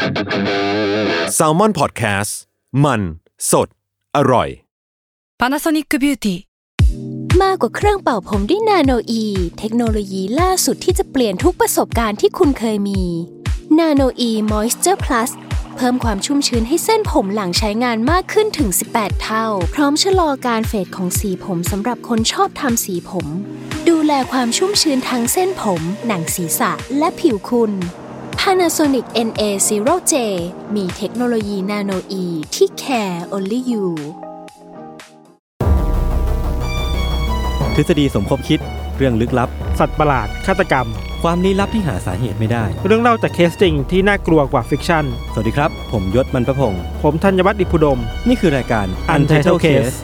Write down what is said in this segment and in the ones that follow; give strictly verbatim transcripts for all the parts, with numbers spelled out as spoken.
Salmon Podcast มันสดอร่อย Panasonic Beauty มากกว่าเครื่องเป่าผมด้วยนาโนอีเทคโนโลยีล่าสุดที่จะเปลี่ยนทุกประสบการณ์ที่คุณเคยมีนาโนอีมอยส์เจอร์พลัสเพิ่มความชุ่มชื้นให้เส้นผมหลังใช้งานมากขึ้นถึงสิบแปดเท่าพร้อมชะลอการเฟดของสีผมสำหรับคนชอบทำสีผมดูแลความชุ่มชื้นทั้งเส้นผมหนังศีรษะและผิวคุณ Panasonic เอ็น เอ ศูนย์ เจ มีเทคโนโลยีนาโนอีที่ care only you ทฤษฎีสมคบคิดเรื่องลึกลับสัตว์ประหลาดฆาตกรรมความลี้ลับที่หาสาเหตุไม่ได้เรื่องเล่าจากเคสจริงที่น่ากลัวกว่าฟิกชั่นสวัสดีครับผมยศมันประพงษ์ผมธัญวัฒน์อิพุดมนี่คือรายการ Untitled Case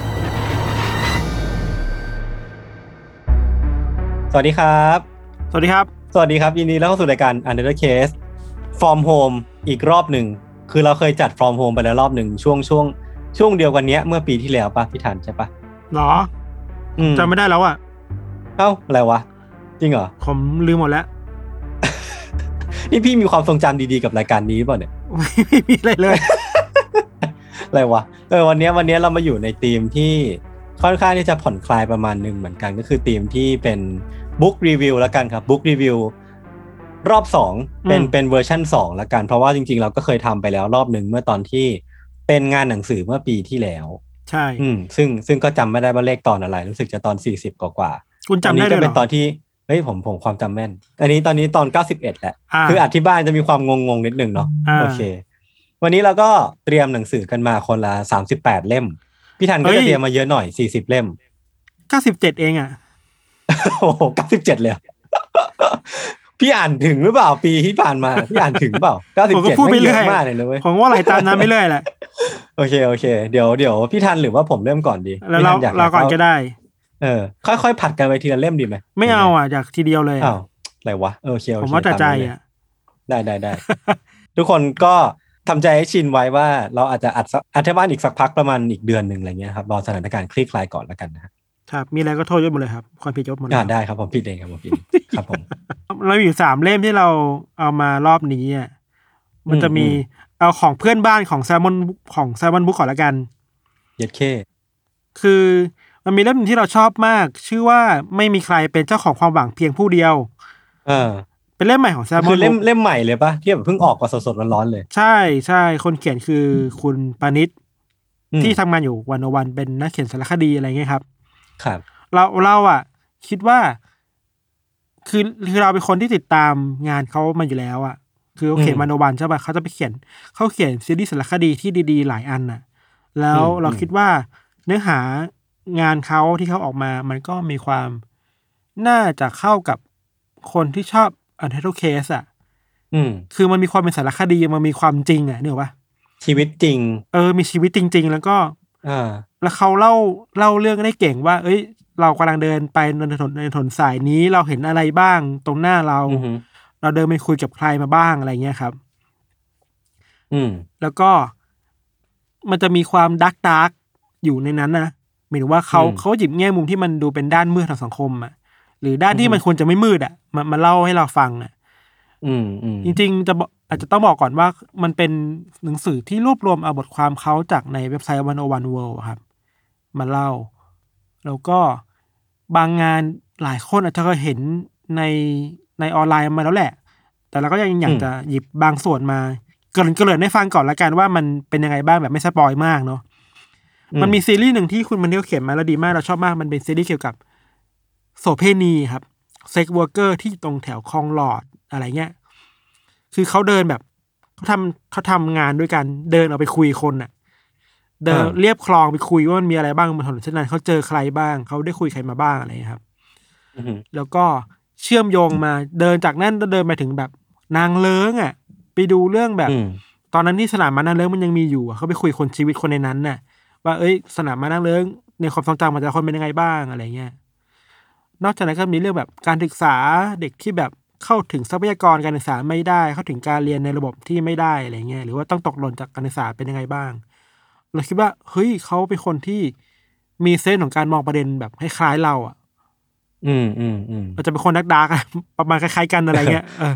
สวัสดีครับสวัสดีครับสวัสดีครับยินดีต้อนรับเข้าสู่รายการ Untitled Case From Home อีกรอบหนึ่งคือเราเคยจัด From Home ไปแล้วรอบหนึ่งช่วงช่วงช่วงเดียวกันเนี้ยเมื่อปีที่แล้วป่ะพี่ทันใช่ป่ะหรอจำไม่ได้แล้วอ่ะเอ้าอะไรวะจริงเหรอผมลืมหมดแล้วนี่พี่มีความทรงจำดีๆกับรายการนี้ป่ะเนี่ยไม่มีอะไรเลยอะไรวะเออวันนี้วันนี้เรามาอยู่ในธีมที่ค่อนข้างที่จะผ่อนคลายประมาณนึงเหมือนกันก็คือธีมที่เป็นบุ๊กรีวิวแล้วกันครับบุ๊กรีวิวรอบสองเป็นเป็นเวอร์ชั่นสองแล้วกันเพราะว่าจริงๆเราก็เคยทำไปแล้วรอบนึงเมื่อตอนที่เป็นงานหนังสือเมื่อปีที่แล้วใช่อืมซึ่งซึ่งก็จำไม่ได้ว่าเลขตอนอะไรรู้สึกจะตอนสี่สิบกว่าๆคุณจำได้เลยเหรออันนี้ก็เป็นตอนที่เฮ้ยผมผมความจำแม่นอันนี้ตอนนี้ตอนเก้าสิบเอ็ดแหละคืออธิบายจะมีความงงๆนิดนึงเนาะโอเควันนี้เราก็เตรียมหนังสือกันมาคนละสามสิบแปดเล่มพี่ทันก็จะเตรียมมาเยอะหน่อยสี่สิบเล่มเก้าสิบเจ็ดเองอ่ะโอ้โหเก้าสิบเจ็ดเลยพี่อ่านถึงหรือเปล่าปีที่ผ่านมาพี่อ่านถึงเปล่าเก้าสิบเจ็ดไม่เยอะมากเลยนะเว้ยผมว่าหลายตามนั้นไม่เรื่อยแหละโอเคโอเคเดี๋ยวเดี๋ยวพี่ทันหรือว่าผมเริ่มก่อนดีแล้วเราเราก่อนก็ได้เออค่อยๆผัดกันไปทีละเล่มดีไหมไม่เอาอ่ะอยากทีเดียวเลยอ้าวอะไรวะเออโอเคโอเคผมว่าใจอ่ะได้ได้ได้ ทุกคนก็ทำใจให้ชินไว้ว่าเราอาจจะอัดอัดที่บ้านอีกสักพักประมาณอีกเดือนนึงอะไรเงี้ยครับรอสถานการณ์คลี่คลายก่อนแล้วกันนะครับมีอะไรก็โทษยศหมดเลยครับความผิดยศหมดเลยได้ครับผมผิดเองครับผมผิดครับผมเราอยู่สามเล่มที่เราเอามารอบนี้อ่ะมันจะมีเอาของเพื่อนบ้านของแซลมอนของแซลมอนบุ๊กก่อนละกันเย็ดเคคือมันมีเล่มนึงที่เราชอบมากชื่อว่าไม่มีใครเป็นเจ้าของความหวังเพียงผู้เดียวเออเป็นเล่มใหม่ของแซลมอนคือเล่มเล่มใหม่เลยป่ะที่แบบเพิ่งออกมาสดๆร้อนๆเลยใช่ใช่คนเขียนคือคุณปานิชที่ทำงานอยู่วันโอวันเป็นนักเขียนสารคดีอะไรเงี้ยครับครับเราเราอ่ะคิดว่าคือคือเราเป็นคนที่ติดตามงานเขามาอยู่แล้วอ่ะคือเขาเขียนวันโอวันใช่ป่ะเขาจะไปเขียนเขาเขียนซีรีส์สารคดีที่ดีๆหลายอันน่ะแล้วเราคิดว่าเนื้อหางานเขาที่เขาออกมามันก็มีความน่าจะเข้ากับคนที่ชอบ Untitled Case อ่ะอืมคือมันมีความเป็นสารคดีมันมีความจริงอ่ะนึกออกป่ะชีวิตจริงเออมีชีวิตจริงๆแล้วก็อ่าแล้วเขาเล่าเล่าเรื่องได้เก่งว่าเอ้ยเรากำลังเดินไปในถนนในถนนสายนี้เราเห็นอะไรบ้างตรงหน้าเราเราเดินไปคุยกับใครมาบ้างอะไรเงี้ยครับอืมแล้วก็มันจะมีความดาร์กดาร์กอยู่ในนั้นนะหมายถึงว่าเขาเขาหยิบแง่มุมที่มันดูเป็นด้านมืดทางสังคมอ่ะหรือด้านที่มันควรจะไม่มืดอ่ะมามาเล่าให้เราฟังอ่ะอืมอืมจริงๆจะอาจจะต้องบอกก่อนว่ามันเป็นหนังสือที่รวบรวมเอาบทความเขาจากในเว็บไซต์หนึ่งศูนย์หนึ่ง World ครับมาเล่าแล้วก็บางงานหลายคนอาจจะเคยเห็นในในออนไลน์มาแล้วแหละแต่เราก็ยังอยากจะหยิบบางส่วนมาเกริ่นเกริ่นให้ฟังก่อนละกันว่ามันเป็นยังไงบ้างแบบไม่สปอยมากเนาะมันมีซีรีส์หนึ่งที่คุณมันเดียวเขียนมาแล้วดีมากเราชอบมากมันเป็นซีรีส์เกี่ยวกับโสเภณีครับเซ็กเวิร์กเกอร์ที่ตรงแถวคลองหลอดอะไรเงี้ยคือเขาเดินแบบเขาทำเขาทำงานด้วยกันเดินออกไปคุยคนน่ะเดินเรียบคลองไปคุยว่ามันมีอะไรบ้างบนถนนเช่นนั้นเขาเจอใครบ้างเขาได้คุยใครมาบ้างอะไรครับแล้วก็เชื่อมโยงมาเดินจากนั้นก็เดินไปถึงแบบนางเลิ้งอ่ะไปดูเรื่องแบบตอนนั้นที่สนามม้านางเลิ้งมันยังมีอยู่เขาไปคุยคนชีวิตคนในนั้นน่ะว่าเอ้ยสนามม้านางเลิ้งในความทรงจำมันจะคนเป็นยังไงบ้างอะไรเงี้ยนอกจากนั้นก็มีเรื่องแบบการศึกษาเด็กที่แบบเข้าถึงทรัพยากรการศึกษาไม่ได้เข้าถึงการเรียนในระบบที่ไม่ได้อะไรเงี้ยหรือว่าต้องตกหล่นจากการศึกษาเป็นยังไงบ้างเราคิดว่าเฮ้ยเขาเป็นคนที่มีเซนส์ของการมองประเด็นแบบคล้ายๆเราอ่ะอืมอืมอืมเราจะเป็นคนนักดาร์กประมาณคล้ายๆกันอะไรเงี้ยเออ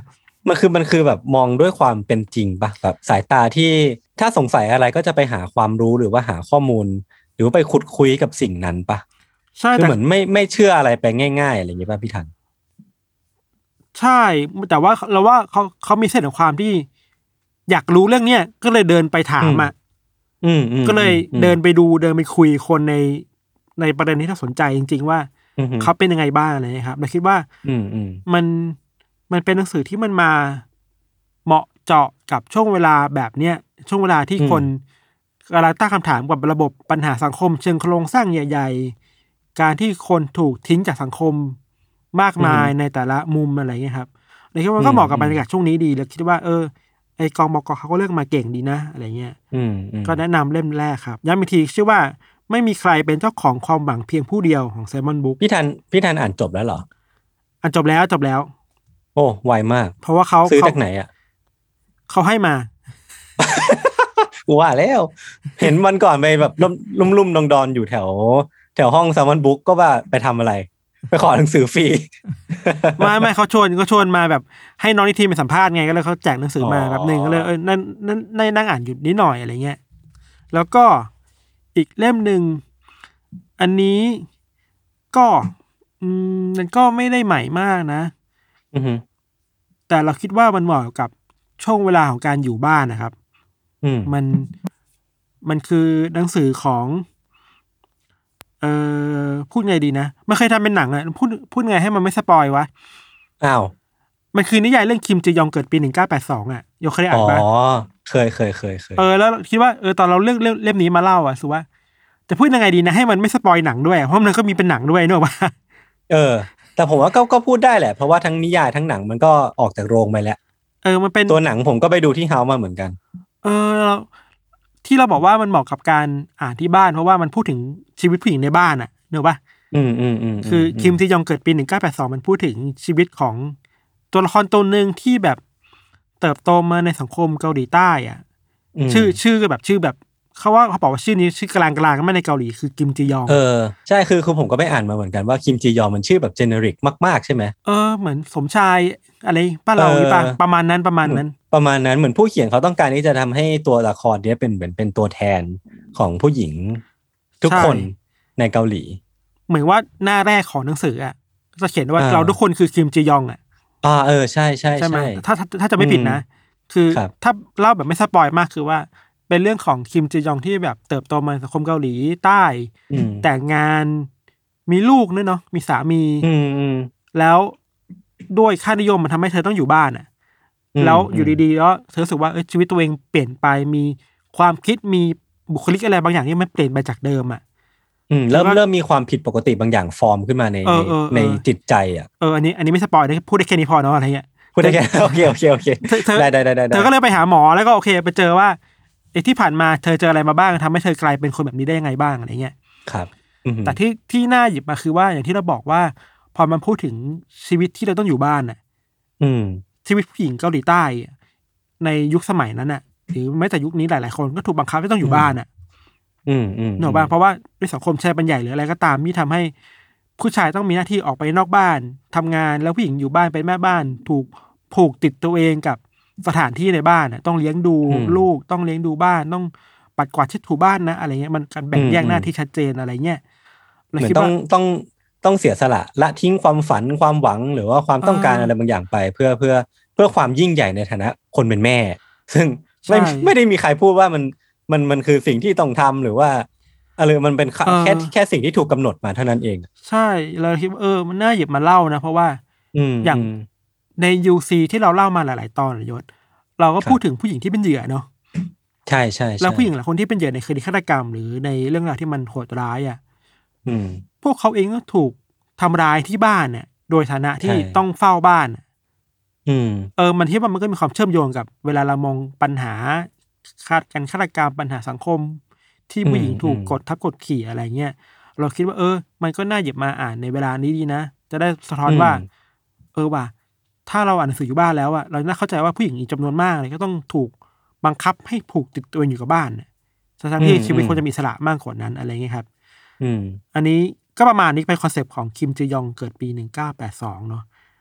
มันคือมันคือแบบมองด้วยความเป็นจริงปะแบบสายตาที่ถ้าสงสัยอะไรก็จะไปหาความรู้หรือว่าหาข้อมูลหรือว่าไปขุดคุยกับสิ่งนั้นปะใช่คือแต่เหมือนไม่ไม่เชื่ออะไรไปง่ายๆอะไรอย่างเงี้ยป่ะพี่ทันใช่แต่ว่าเราว่าเขาเขามีเส้นของความที่อยากรู้เรื่องเนี้ยก็เลยเดินไปถามอ่ะอืมอืมก็เลยอืมเดินไปดูเดินไปคุยคนในในประเด็นที่น่าสนใจจริงๆว่าอืมเขาเป็นยังไงบ้างอะไรนะครับเราคิดว่าอืมอืมมันมันเป็นหนังสือที่มันมาเหมาะเจาะกับช่วงเวลาแบบเนี้ยช่วงเวลาที่คนกำลังตั้งคำถามกับระบบปัญหาสังคมเชิงโครงสร้างใหญ่ๆการที่คนถูกทิ้งจากสังคมมากมายในแต่ละมุมอะไรเงี้ยครับเราคิดว่ามันก็เหมาะกับบรรยากาศช่วงนี้ดีแล้วคิดว่าเออไอกองบกเขาก็เลือกมาเก่งดีนะอะไรเงี้ยก็แนะนำเล่มแรกครับย้ำอีกทีชื่อว่าไม่มีใครเป็นเจ้าของความหวังเพียงผู้เดียวของไซมอนบุ๊กพี่ทันพี่ทันอ่านจบแล้วเหรออ่านจบแล้วจบแล้วโอ้ไวมากเพราะว่าเขาซื้อจากไหนอ่ะเขาให้มากูว่าแล้วเห็นวันก่อนไปแบบลุ่มลุ่มดองดอนอยู่แถวแถวห้องแซมมอนบุ๊กก็ว่าไปทำอะไรไปขอหนังสือฟรีไม่ไม่เขาชวนก็ชวนมาแบบให้น้องนิทีไปสัมภาษณ์ไงก็เลยเขาแจกหนังสือมาแบบหนึ่งก็เลยเออนั่นนั่นนั่งอ่านอยู่นิดหน่อยอะไรเงี้ยแล้วก็อีกเล่มหนึ่งอันนี้ก็อืมมันก็ไม่ได้ใหม่มากนะอือฮึแต่เราคิดว่ามันเหมาะกับช่วงเวลาของการอยู่บ้านนะครับอืมมันมันคือหนังสือของเอ่อพูดไงดีนะไม่เคยทำเป็นหนังอ่ะพูดพูดไงให้มันไม่สปอยวะอ้าวมันคือนิยายเรื่องคิมจียองเกิดปีหนึ่งเก้าแปดสองอ่ะโยเคยได้อ่านป่ะอ๋อเคยเคยเคยเคยเออแล้วคิดว่าเออตอนเราเลือกเล่มนี้มาเล่าอ่ะสุว่าจะพูดยังไงดีนะให้มันไม่สปอยหนังด้วยเพราะมันก็มีเป็นหนังด้วยเนอะป่ะเออแต่ผมว่าก็ก็พูดได้แหละเพราะว่าทั้งนิยายทั้งหนังมันก็ออกจากโรงไปแล้วเออมันเป็นตัวหนังผมก็ไปดูที่เฮาส์มาเหมือนกันเออที่เราบอกว่ามันเหมาะกับการอ่านที่บ้านเพราะว่ามันพูดถึงชีวิตผู้หญิงในบ้านอ่ะเนอะป่ะอืมอืมอืมคือคิมจียองเกิดปีหนึ่งเก้าแปดสองมันพูดถึงชีวิตของตัวละครตัวหนึ่งที่แบบเติบโตมาในสังคมเกาหลีใต้อ่ะชื่อชื่อแบบชื่อแบบเขาว่าเขาบอกว่าชื่อนี้ชื่อกลางกลางก็ไม่ในเกาหลีคือคิมจียองเออใช่คือคือผมก็ไปอ่านมาเหมือนกันว่าคิมจียองมันชื่อแบบเจเนริกมากๆใช่ไหมเออเหมือนสมชายอะไรป้าเราหรือป่ะประมาณนั้นประมาณนั้นประมาณนั้นเหมือนผู้เขียนเขาต้องการที่จะทำให้ตัวละครนี้เป็นเหมือนเป็นตัวแทนของผู้หญิงทุกคนในเกาหลีเหมือนว่าหน้าแรกของหนังสืออ่ะจะเขียนว่าเราทุกคนคือคิมจียองอ่ะอ่าเออใช่ใช่ใช่ไหมถ้าถ้าจะไม่ผิดนะคือถ้าเล่าแบบไม่สปอยมากคือว่าเป็นเรื่องของคิมจียองที่แบบเติบโตมาในสังคมเกาหลีใต้แต่งงานมีลูกเนาะมีสามีแล้วด้วยค่านิยมมันทำให้เธอต้องอยู่บ้านอ่ะแล้วอยู่ดีๆแล้วเธอรู้สึกว่าชีวิตตัวเองเปลี่ยนไปมีความคิดมีบุคลิกอะไรบางอย่างที่มันเปลี่ยนไปจากเดิมอ่ะอืมเริ่มเริ่มมีความผิดปกติบางอย่างฟอร์มขึ้นมาในในจิตใจอ่ะเอออันนี้อันนี้ไม่สปอยนะพูดได้แค่นี้พอเนาะอะไรเงี้ยพูดได้แค่โอเคโอเคโอเคได้ได้ได้ได้เธอก็เลยไปหาหมอแล้วก็โอเคไปเจอว่าไอ้ที่ผ่านมาเธอเจออะไรมาบ้างทำให้เธอกลายเป็นคนแบบนี้ได้ยังไงบ้างอะไรเงี้ยครับแต่ที่ที่น่าหยิบมาคือว่าอย่างที่เราบอกว่าพอมันพูดถึงชีวิตที่เราต้องอยู่บ้านน่ะชีวิตผู้หญิงเกาหลีใต้ในยุคสมัยนั้นน่ะหรือแม้แต่ยุคนี้หลายๆคนก็ถูกบังคับให้ต้องอยู่บ้านน่ะอืมอืมเนอะบ้างเพราะว่าด้วยสังคมแชร์เป็นใหญ่หรืออะไรก็ตามที่ทำให้ผู้ชายต้องมีหน้าที่ออกไปนอกบ้านทำงานแล้วผู้หญิงอยู่บ้านเป็นแม่บ้านถูกผูกติดตัวเองกับสถานที่ในบ้านน่ะต้องเลี้ยงดูลูกต้องเลี้ยงดูบ้านต้องปัดกวาดเช็ดถูบ้านนะอะไรเงี้ยมันการแบ่งแยกหน้าที่ชัดเจนอะไรเงี้ยเหมือนต้องต้องต้องเสียสละละทิ้งความฝันความหวังหรือว่าความต้องการอะไรบางอย่างไปเพื่อเพื่อเพื่อความยิ่งใหญ่ในฐานะคนเป็นแม่ซึ่งไม่ไม่ได้มีใครพูดว่ามันมันมันคือสิ่งที่ต้องทำหรือว่าอะไรมันเป็นแค่แค่สิ่งที่ถูกกำหนดมาเท่านั้นเองใช่เราคิดว่าเออมันน่าหยิบมาเล่านะเพราะว่าอย่างใน ยู ซี ที่เราเล่ามาหลายๆตอนยศเราก็พูดถึงผู้หญิงที่เป็นเหยื่อเนาะใช่ใช่แล้วผู้หญิงหลายคนที่เป็นเหยื่อในคดีฆาตกรรมหรือในเรื่องราวที่มันโหดร้ายอ่ะพวกเขาเองก็ถูกทำร้ายที่บ้านเนี่ยโดยฐานะที่ต้องเฝ้าบ้านเออมันที่ว่ามันก็มีความเชื่อมโยงกับเวลาเรามองปัญหาการฆาตกรรมปัญหาสังคมที่ผู้หญิงถูกกดทับกดขี่อะไรเงี้ยเราคิดว่าเออมันก็น่าหยิบมาอ่านในเวลานี้ดีนะจะได้สะท้อนว่าเออว่าถ้าเราอ่านหนังสืออยู่บ้านแล้วอะเราน่าเข้าใจว่าผู้หญิงอีกจำนวนมากเลยก็ต้องถูกบังคับให้ผูกติดตัวอยู่กับบ้านเนี่ยทั้งที่ชีวิตควรจะมีอิสระมากกว่านั้นอะไรเงี้ยครับอันนี้ก็ประมาณนี้เป็นคอนเซปต์ของคิมจียองเกิดปีหนึ่งเก้าแปดสองเนาะ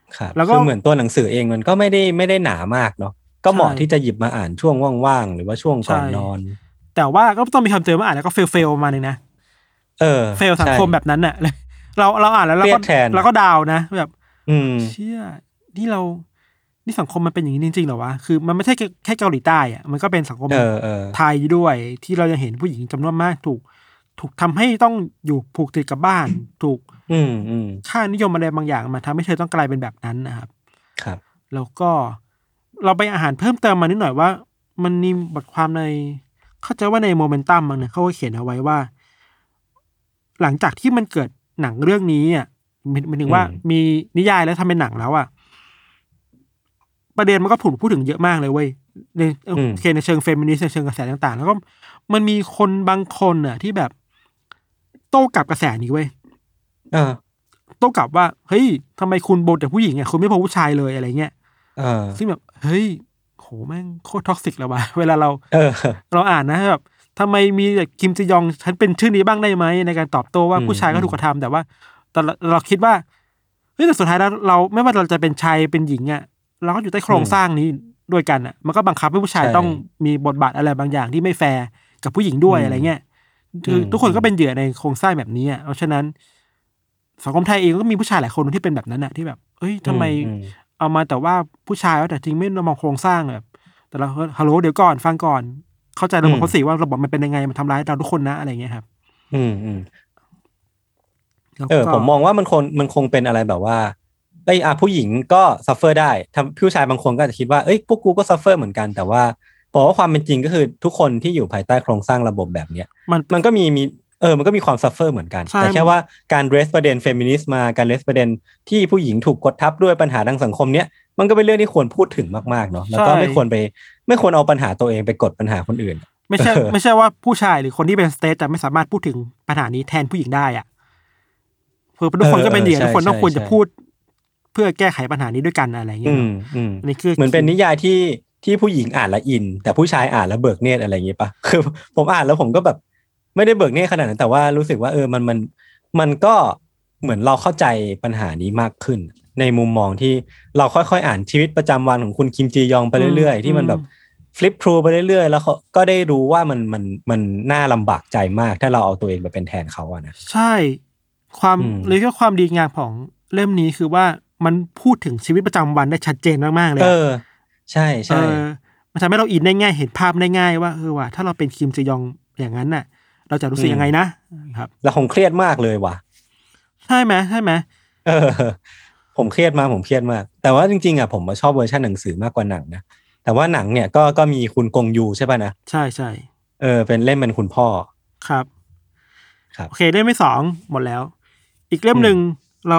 ครับแล้วก็คือเหมือนตัวหนังสือเองมันก็ไม่ได้ไม่ได้หนามากเนาะก็เหมาะใช่ที่จะหยิบมาอ่านช่วงว่างๆหรือว่าช่วงก่อนใช่นอนแต่ว่าก็ต้องมีคำเตือนว่าอ่านแล้วก็เฟลเฟลประมาณนึงนะเออเฟลสังคมใช่แบบนั้นน่ะ เราเราอ่านแล้วเราเครีก็ยดแทนเราก็ดาวนะแบบอืมเชี่ยนี่เรานี่สังคมมันเป็นอย่างนี้จริงๆเหรอวะคือมันไม่ใช่แค่แค่เกาหลีใต้อ่ะมันก็เป็นสังคมเออเออไทยด้วยที่เรายังเห็นผู้หญิงจำนวนมากถูก ถูกทำให้ต้องอยู่ผูกติดกับบ้าน ถูกอืมอืมค่านิยมอะไรบางอย่างมาทำให้เธอต้องกลายเป็นแบบนั้นนะครับครับแล้วก็เราไปอาหารเพิ่มเติมมานิดหน่อยว่า มันมีบทความในเข้าใจว่าในโมเมนตัมมั้งเนี่ยเขาก็เขียนเอาไว้ว่า หลังจากที่มันเกิดหนังเรื่องนี้อ่ะหมายถึงว่าอืมมีนิยายแล้วทำเป็นหนังแล้วอ่ะประเด็นมันก็ถูกพูดถึงเยอะมากเลยเว้ยในโอเคในเชิงเฟมินิสต์ในเชิงกระแสต่างๆ แล้วก็มันมีคนบางคนอ่ะที่แบบโต้กลับกระแสนี้เว้ยเออโต้กลับว่าเฮ้ยทำไมคุณบ่นแต่ผู้หญิงอ่ะคุณไม่พอผู้ชายเลยอะไรเงี้ยเออซึ่งแบบเฮ้ยโหแม่งโคตรท็อกซิกแล้วว่ะ เวลาเราเออเราอ่านนะแบบทำไมมีแต่คิมจียองฉันเป็นชื่อนี้บ้างได้ไหมในการตอบโต้ว่าอืมผู้ชายก็อืมถูกกระทำแต่ว่าแต่เราเราคิดว่าเฮ้ยแต่สุดท้ายแล้วเราไม่ว่าเราจะเป็นชายเป็นหญิงอ่ะเราก็อยู่ใต้โครงสร้างนี้ด้วยกันอ่ะมันก็บังคับให้ผู้ชายต้องมีบทบาทอะไรบางอย่างที่ไม่แฟร์กับผู้หญิงด้วยอะไรเงี้ยคือทุกคนก็เป็นเหยื่อในโครงสร้างแบบนี้อ่ะเพราะฉะนั้นสังคมไทยเองก็มีผู้ชายหลายคนที่เป็นแบบนั้นอ่ะที่แบบเอ้ยทำไมอืมเอามาแต่ว่าผู้ชายแล้วแต่จริงไม่มองโครงสร้างแบบแต่เราฮัลโหลเดี๋ยวก่อนฟังก่อนเข้าใจระบบเขาสิว่าระบบมันเป็นยังไงมันทำร้ายเราทุกคนนะอะไรเงี้ยครับอืมอืมแล้วเออก็ผมมองว่ามันคงมันคงเป็นอะไรแบบว่าไอ้ยอ่ะผู้หญิงก็ซัฟเฟอร์ได้ทำผู้ชายบางคนก็อาจจะคิดว่าเอ้ยพวกกูก็ซัฟเฟอร์เหมือนกันแต่ว่าบอกว่าความเป็นจริงก็คือทุกคนที่อยู่ภายใต้โครงสร้างระบบแบบเนี้ยมันมันก็มีมีเออมันก็มีความซัฟเฟอร์เหมือนกันใช่แต่แค่ว่าการเรสประเด็นเฟมินิสต์มาการเรสประเด็นที่ผู้หญิงถูกกดทับด้วยปัญหาทางสังคมเนี้ยมันก็เป็นเรื่องที่ควรพูดถึงมากๆเนาะแล้วก็ไม่ควรไปไม่ควรเอาปัญหาตัวเองไปกดปัญหาคนอื่นไม่ใช่เออไม่ใช่ว่าผู้ชายหรือคนที่เป็นสเตทจะไม่สามารถพูดถึงปัญหานี้แทนผู้หญิงได้อ่ะคือทุกคนก็เป็นเหยื่อเออทุกคนต้องใช่ควรจะใช่พูดเพื่อแก้ไขปัญหานี้ด้วยกันอะไรเงี้อืยมอืมอันนี้คือเหมือนเป็นนิยายที่ที่ผู้หญิงอ่านแล้วอิน แต่ผู้ชายอ่านแล้วเบิกเนตรอะไรอย่างงี้ปะ คือผมอ่านแล้วผมก็แบบไม่ได้เบิกเนตรขนาดนั้นแต่ว่ารู้สึกว่าเออมันมันมันก็เหมือนเราเข้าใจปัญหานี้มากขึ้น ในมุมมองที่เราค่อยๆอ่านชีวิตประจำวันของคุณคิมจียองไปเรื่อยอืมๆที่มันแบบอืมฟลิปทรูไปเรื่อยๆแล้วเขาก็ได้รู้ว่ามันมันมันน่าลำบากใจมากถ้าเราเอาตัวเองไปเป็นแทนเขาอะนะใช่ความอืมหรือก็ความดีงามของเล่มนี้คือว่ามันพูดถึงชีวิตประจำวันได้ชัดเจนมากๆเลยเออะอ ใช่เอใช่อมันทำให้เราอินได้ง่ายเห็นภาพได้ง่ายว่าเออว่ะถ้าเราเป็นคิมจียองอย่างนั้นน่ะ เราจะรู้สึกยังไงนะครับแล้วคงเครียดมากเลยว่ะใช่ไหมใช่ไหมเออ ผมเครียดมากผมเครียดมาก แต่ว่าจริงๆอ่ะผมชอบเวอร์ชันหนังสือมากกว่าหนังนะแต่ว่าหนังเนี่ยก็ก็มีคุณกงยูใช่ป่ะนะใช่ใช่เออเป็นเล่มเป็นคุณพ่อครับครับโอเคเล่มที่สองหมดแล้ว อีกเล่มหนึ่งเรา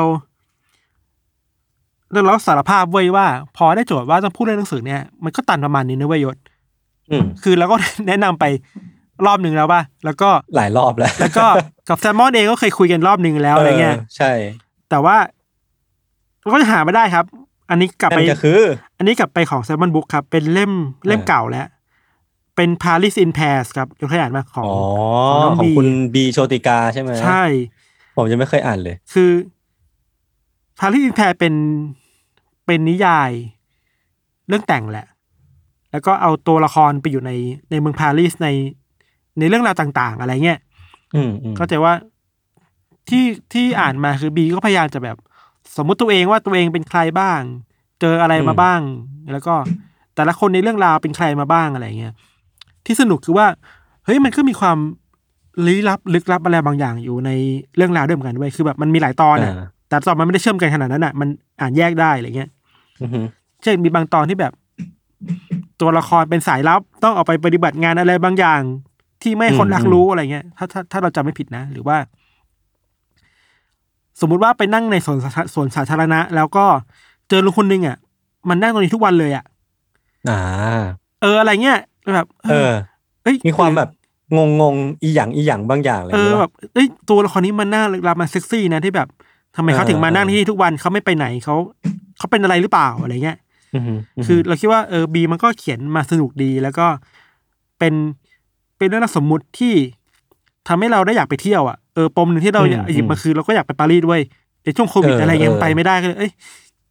เราเราสารภาพเว้ยว่า พอได้โจทย์ว่าต้องพูดเรื่องหนังสือเนี่ยมันก็ตันประมาณนี้นะเว้ยยศอืมคือเราก็ แนะนำไปรอบหนึ่งแล้วป่ะแล้วก็หลายรอบแล้วแล้วก็กับแซมมอนเองก็เคยคุยกันรอบหนึ่งแล้วอะไรเงี้ยใช่แต่ว่าเราก็จะหาไม่ได้ครับ อันนี้กลับไปนั่นก็คืออันนี้กลับไปของแซมมอนบุ๊กครับ เป็นเล่มเล่มเก่าแล้ว เป็น Paris in Pairs ครับยกตัวอย่างมาของอ๋อของน้องของบีคุณบีโชติกาใช่ไหมใช่ผมยังไม่เคยอ่านเลยคือพาริสอินแพรเป็นเป็นนิยายเรื่องแต่งแหละ แล้วก็เอาตัวละครไปอยู่ในในเมืองปารีสในในเรื่องราวต่างๆ อะไรเงี้ยอืมอืมก็จะว่าที่ที่อ่านมาคือบีก็พยายามจะแบบ สมมุติตัวเองว่าตัวเองเป็นใครบ้าง เจออะไรมาบ้าง แล้วก็แต่ละคนในเรื่องราวเป็นใครมาบ้างอะไรเงี้ยที่สนุกคือว่าเฮ้ยมันก็มีความลี้ลับลึกลับอะไรบางอย่างอยู่ในเรื่องราวด้วยเหมือนกันด้วยคือแบบมันมีหลายตอนอ่ะ แต่ตอนมันไม่ได้เชื่อมกันขนาดนั้นอ่ะมันอ่านแยกได้อะไรเงี้ยอือฮึเช่นมีบางตอนที่แบบ ตัวละครเป็นสายลับต้องออกไปปฏิบัติงานอะไรบางอย่าง ที่ไม่ให้คนรักรู้อะไรเงี้ยถ้าถ้าถ้าเราจำไม่ผิดนะ หรือว่า สมมุติว่าไปนั่งในสวนสวนสาธารณะ แล้วก็เจอลุงคนนึงอ่ะมันนั่งตรงนี้ทุกวันเลยอ่ะอ่าเอออะไรเงี้ยแบบเออเอ้ยมีความแบบงงงๆอีหยังอีหยังบางอย่างอะไรอเอย่าง อเงี้ยแบบเอ้ยตัวละครนี้มันน่าลึกลับมันเซ็กซี่นะที่แบบทำไมเขาถึงมานั่งที่นี่ทุกวันเขาไม่ไปไหนเขาเขาเป็นอะไรหรือเปล่าอะไรเงี้ยอือฮึฮึคือเราคิดว่าเออบีมันก็เขียนมาสนุกดีแล้วก็เป็นเป็นเรื่องสมมุติที่ทำให้เราได้อยากไปเที่ยวอ่ะเออปมหนึ่งที่เราหยิบมาคือเราก็อยากไปปารีสด้วยในช่วงโควิดอะไรเงี้ยไปไม่ได้ก็เลยเอ้ย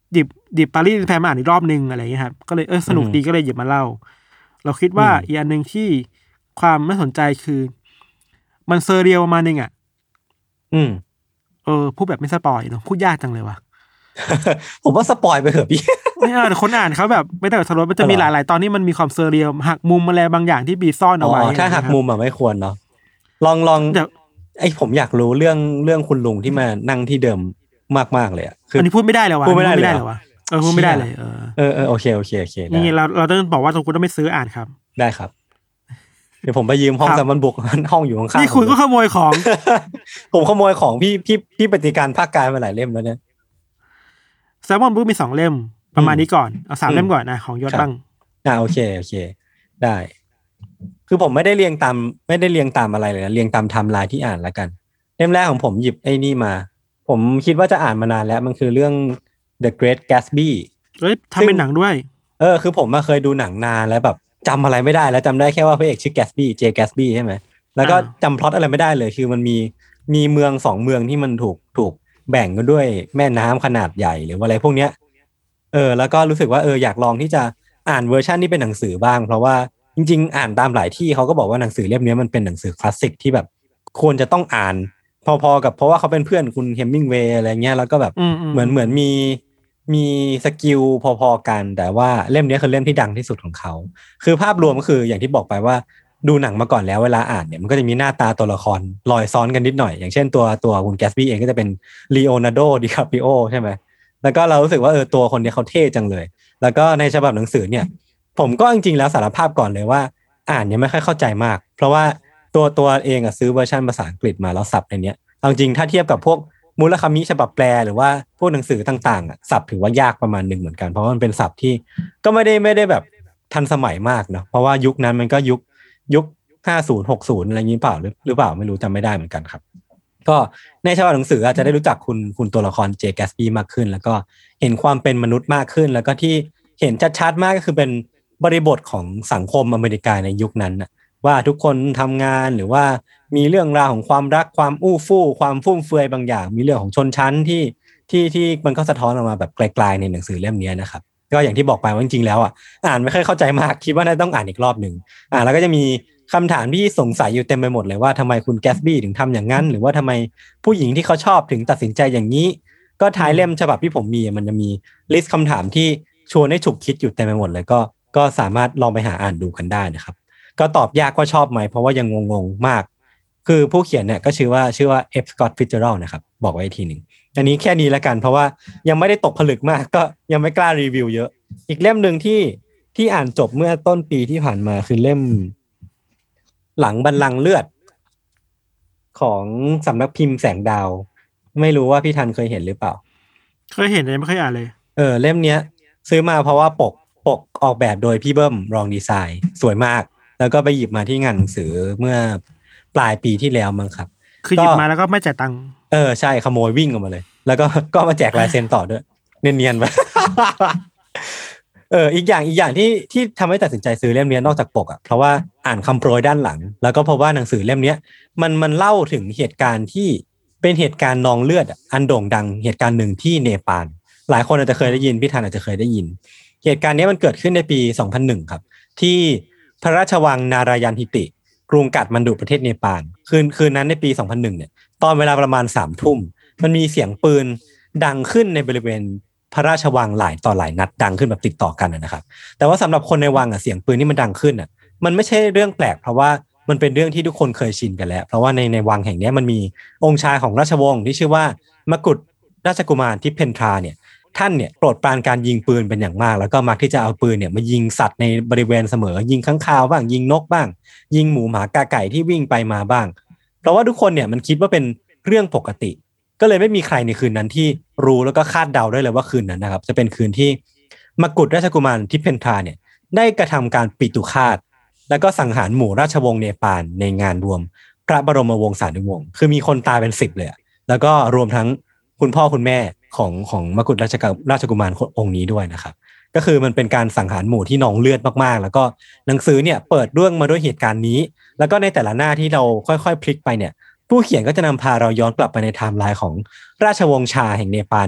หยิบหยิบปารีสแพมมาอ่านอีกรอบนึงอะไรอย่างเงี้ยครับก็เลยเออสนุกดีก็เลยหยิบมาเล่าเราคิดว่าอีกอันนึงที่ความน่าสนใจคือมันเซอร์เรียลประมาณนึงอ่ะอืมเออพูดแบบไม่สปอยเนาะพูดยากจังเลยว่ะผมว่าสปอยไปเถอะพี่ไม่อ่านคนอ่านเขาแบบไม่ได้แบบทรมานมันจะมีหลายๆตอนที่มันมีความเซอร์เรียลหักมุมอะไรบางอย่างที่บีซ่อนเอาไว้ถ้าหักมุมอ่ะไม่ควรเนาะลองลองไอ้ผมอยากรู้เรื่องเรื่องคุณลุงที่มานั่งที่เดิมมากๆเลยอ่ะคืออันนี้พูดไม่ได้เลยวะพูดไม่ได้เลยวะเออพูดไม่ได้เลยเออเออเออโอเคโอเคโอเคนี่เราเราต้องบอกว่าตรงคุณต้องไม่ซื้ออ่านครับได้ครับเดี๋ยวผมไปยืมห้องแซมมอนบุกห้องอยู่ข้างๆนี่คุณก็ขโมยของผมขโมยของพี่พี่พี่ปฏิการภาคกายมาหลายเล่มแล้วเนี่ยแซมมอนบุ๊กมีสองเล่มประมาณนี้ก่อนเอาสามเล่มก่อนนะของยศบ้างอ่าโอเคโอเคได้คือผมไม่ได้เรียงตามไม่ได้เรียงตามอะไรเลยนะเรียงตามไทม์ไลน์ที่อ่านแล้วกันเล่มแรกของผมหยิบไอ้นี่มาผมคิดว่าจะอ่านมานานแล้วมันคือเรื่อง The Great Gatsby เอ้ยทำเป็นหนังด้วยเออคือผมมาเคยดูหนังนานแล้วแบบจำอะไรไม่ได้แล้วจำได้แค่ว่าพระเอกชื่อ Gatsby J Gatsby ใช่ไหมแล้วก็จำพล็อตอะไรไม่ได้เลยคือมันมีมีเมืองสองเมืองที่มันถูกถูกแบ่งกันด้วยแม่น้ำขนาดใหญ่หรือว่าอะไรพวกเนี้ยเออแล้วก็รู้สึกว่าเอออยากลองที่จะอ่านเวอร์ชันที่เป็นหนังสือบ้างเพราะว่าจริงๆอ่านตามหลายที่เขาก็บอกว่าหนังสือเล่มนี้มันเป็นหนังสือคลาสสิกที่แบบควรจะต้องอ่านพอๆกับเพราะว่าเขาเป็นเพื่อนคุณเฮมมิงเวย์อะไรเงี้ยแล้วก็แบบเหมือนเหมือนมีมีสกิลพอๆกันแต่ว่าเล่มนี้คือเล่มที่ดังที่สุดของเขาคือภาพรวมก็คืออย่างที่บอกไปว่าดูหนังมาก่อนแล้วเวลาอ่านเนี่ยมันก็จะมีหน้าตาตัวละครลอยซ้อนกันนิดหน่อยอย่างเช่นตัวตัวคุณแกสบี้เองก็จะเป็นลีโอนาร์โดดิคาปิโอใช่ไหมแล้วก็เรารู้สึกว่าเออตัวคนนี้เขาเท่จังเลยแล้วก็ในฉบับหนังสือเนี่ยผมก็จริงๆแล้วสารภาพก่อนเลยว่าอ่านยังไม่ค่อยเข้าใจมากเพราะว่าตัวตัวเองอะซื้อเวอร์ชันภาษาอังกฤษมาแล้วศัพท์ในเนี้ยเอาจริงถ้าเทียบกับพวกมูลคามิฉบับแปลหรือว่าพวกหนังสือต่างๆอะศัพท์ถือว่ายากประมาณนึงเหมือนกันเพราะว่ามันเป็นศัพท์ที่ก็ไม่ได้ไม่ได้แบบทันสมัยมากเนาะเพราะว่ายุคนั้นมันก็ยุคยุคห้าสิบ หกสิบอะไรอย่างนี้เปล่าหรือหรือเปล่าไม่รู้จำไม่ได้เหมือนกันครับก็ในฉบับหนังสืออาจจะได้รู้จักคุณคุณตัวละครเจแกสปี้มากขึ้นแล้วก็เห็นความเป็นมนุษย์มากขึ้นแล้วก็ที่เห็นชัดๆมากก็คือเป็นบริบทของสังคมอเมริกาในยุคนั้นนะว่าทุกคนทำงานหรือว่ามีเรื่องราวของความรักความอู้ฟู่ความฟุ่มเฟือยบางอย่างมีเรื่องของชนชั้นที่ที่ที่มันก็สะท้อนออกมาแบบไกลๆในหนังสือเล่มนี้นะครับก็อย่างที่บอกไปว่าจริงๆแล้วอ่ะอ่านไม่ค่อยเข้าใจมากคิดว่าน่าต้องอ่านอีกรอบนึงอ่าแล้วก็จะมีคำถามที่สงสัยอยู่เต็มไปหมดเลยว่าทำไมคุณแกสบี้ถึงทำอย่างนั้นหรือว่าทำไมผู้หญิงที่เขาชอบถึงตัดสินใจอย่างนี้ก็ท้ายเล่มฉบับที่ผมมีมันจะมีลิสต์คำถามที่ชวนให้ฉุกคิดอยู่เต็มไปหมดเลยก็ก็สามารถลองไปหาอ่านดูกันได้นะครับก็ตอบยากว่าชอบไหมเพราะว่ายังงงๆมากคือผู้เขียนเนี่ยก็ชื่อว่าชื่อว่า F Scott Fitzgerald นะครับบอกไว้ทีหนึ่งอันนี้แค่นี้ละกันเพราะว่ายังไม่ได้ตกผลึกมากก็ยังไม่กล้ารีวิวเยอะอีกเล่มนึงที่ที่อ่านจบเมื่อต้นปีที่ผ่านมาคือเล่มหลังบัลลังก์เลือดของสำนักพิมพ์แสงดาวไม่รู้ว่าพี่ทันเคยเห็นหรือเปล่าเคยเห็นแต่ไม่เคยอ่านเลยเออเล่มเนี้ยซื้อมาเพราะว่าปกปกออกแบบโดยพี่เบิ้มรองดีไซน์สวยมากแล้วก็ไปหยิบมาที่งานหนังสือเมื่อปลายปีที่แล้วมั้งครับคือหยิบมาแล้วก็ไม่จ่ายตังค์เออใช่ขโมยวิ่งออกมาเลยแล้วก็ก็มาแจกลายเซ็นต่อด้วยเนียนๆไป เอออีกอย่างอีกอย่างที่ที่ทำให้ตัดสินใจซื้อเล่มนี้นอกจากปกอ่ะเพราะว่าอ่านคำโปรยด้านหลังแล้วก็พบว่าหนังสือเล่มนี้มันมันเล่าถึงเหตุการณ์ที่เป็นเหตุการณ์นองเลือดอันโด่งดังเหตุการณ์หนึ่งที่เนปาลหลายคนอาจจะเคยได้ยินพี่ธันอาจจะเคยได้ยินเหตุการณ์นี้มันเกิดขึ้นในปีสองพันหนึ่งครับที่พระราชวังนารายันฮิติกรุงกัฐมันดุประเทศเนปาลคืนคืนนั้นในปีสองพันหนึ่งเนี่ยตอนเวลาประมาณสามทุ่มมันมีเสียงปืนดังขึ้นในบริเวณพระราชวังหลายต่อหลายนัดดังขึ้นแบบติดต่อกันนะครับแต่ว่าสำหรับคนในวังอ่ะเสียงปืนที่มันดังขึ้นอ่ะมันไม่ใช่เรื่องแปลกเพราะว่ามันเป็นเรื่องที่ทุกคนเคยชินกันแล้วเพราะว่าในในวังแห่งนี้มันมีองค์ชายของราชวงศ์ที่ชื่อว่ามกุฎราชกุมารทิพเพนทราเนี่ยท่านเนี่ยโปรดปรานการยิงปืนเป็นอย่างมากแล้วก็มักที่จะเอาปืนเนี่ยมายิงสัตว์ในบริเวณเสมอยิงค้างคาวบ้างยิงนกบ้างยิงหมูหมากาไก่ที่วิ่งไปมาบ้างเพราะว่าทุกคนเนี่ยมันคิดว่าเป็นเรื่องปกติก็เลยไม่มีใครในคืนนั้นที่รู้แล้วก็คาดเดาได้เลยว่าคืนนั้นนะครับจะเป็นคืนที่มกุฎราชกุมารทิพเพนทราเนี่ยได้กระทำการปิตุฆาตแล้วก็สังหารหมู่ราชวงศ์เนปาลในงานรวมพระบรมวงศานุวงศ์คือมีคนตายเป็นสิบเลยแล้วก็รวมทั้งคุณพ่อคุณแม่ของของมกุฎราชราชกุมารองค์นี้ด้วยนะครับก็คือมันเป็นการสังหารหมู่ที่นองเลือดมากๆแล้วก็หนังสือเนี่ยเปิดเรื่องมาด้วยเหตุการณ์นี้แล้วก็ในแต่ละหน้าที่เราค่อยๆพลิกไปเนี่ยผู้เขียนก็จะนำพาเราย้อนกลับไปในไทม์ไลน์ของราชวงศ์ชาแห่งเนปาลนี่แหละ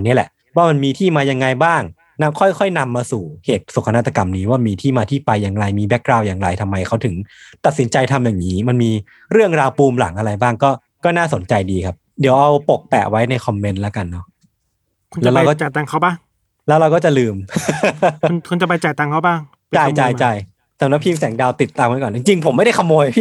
ว่ามันมีที่มายังไงบ้างนำค่อยๆนำมาสู่เหตุโศกนาฏกรรมนี้ว่ามีที่มาที่ไปอย่างไรมีแบ็กกราวด์อย่างไรทำไมเขาถึงตัดสินใจทำอย่างนี้มันมีเรื่องราวปูมหลังอะไรบ้างก็ก็น่าสนใจดีครับเดี๋ยวเอาปกแปะไว้ในคอมเมนต์แล้วกันเนาะคุณจะไปจ่ายตังค์เขาป่ะแล้วเราก็จะลืมคุณคุณจะไปจ่ายตังค์เขาบ้างจ่ายจ่ายจ่ายสำนักพิมพ์แสงดาวติดตามไว้ก่อนจริงๆผมไม่ได้ขโมยพี่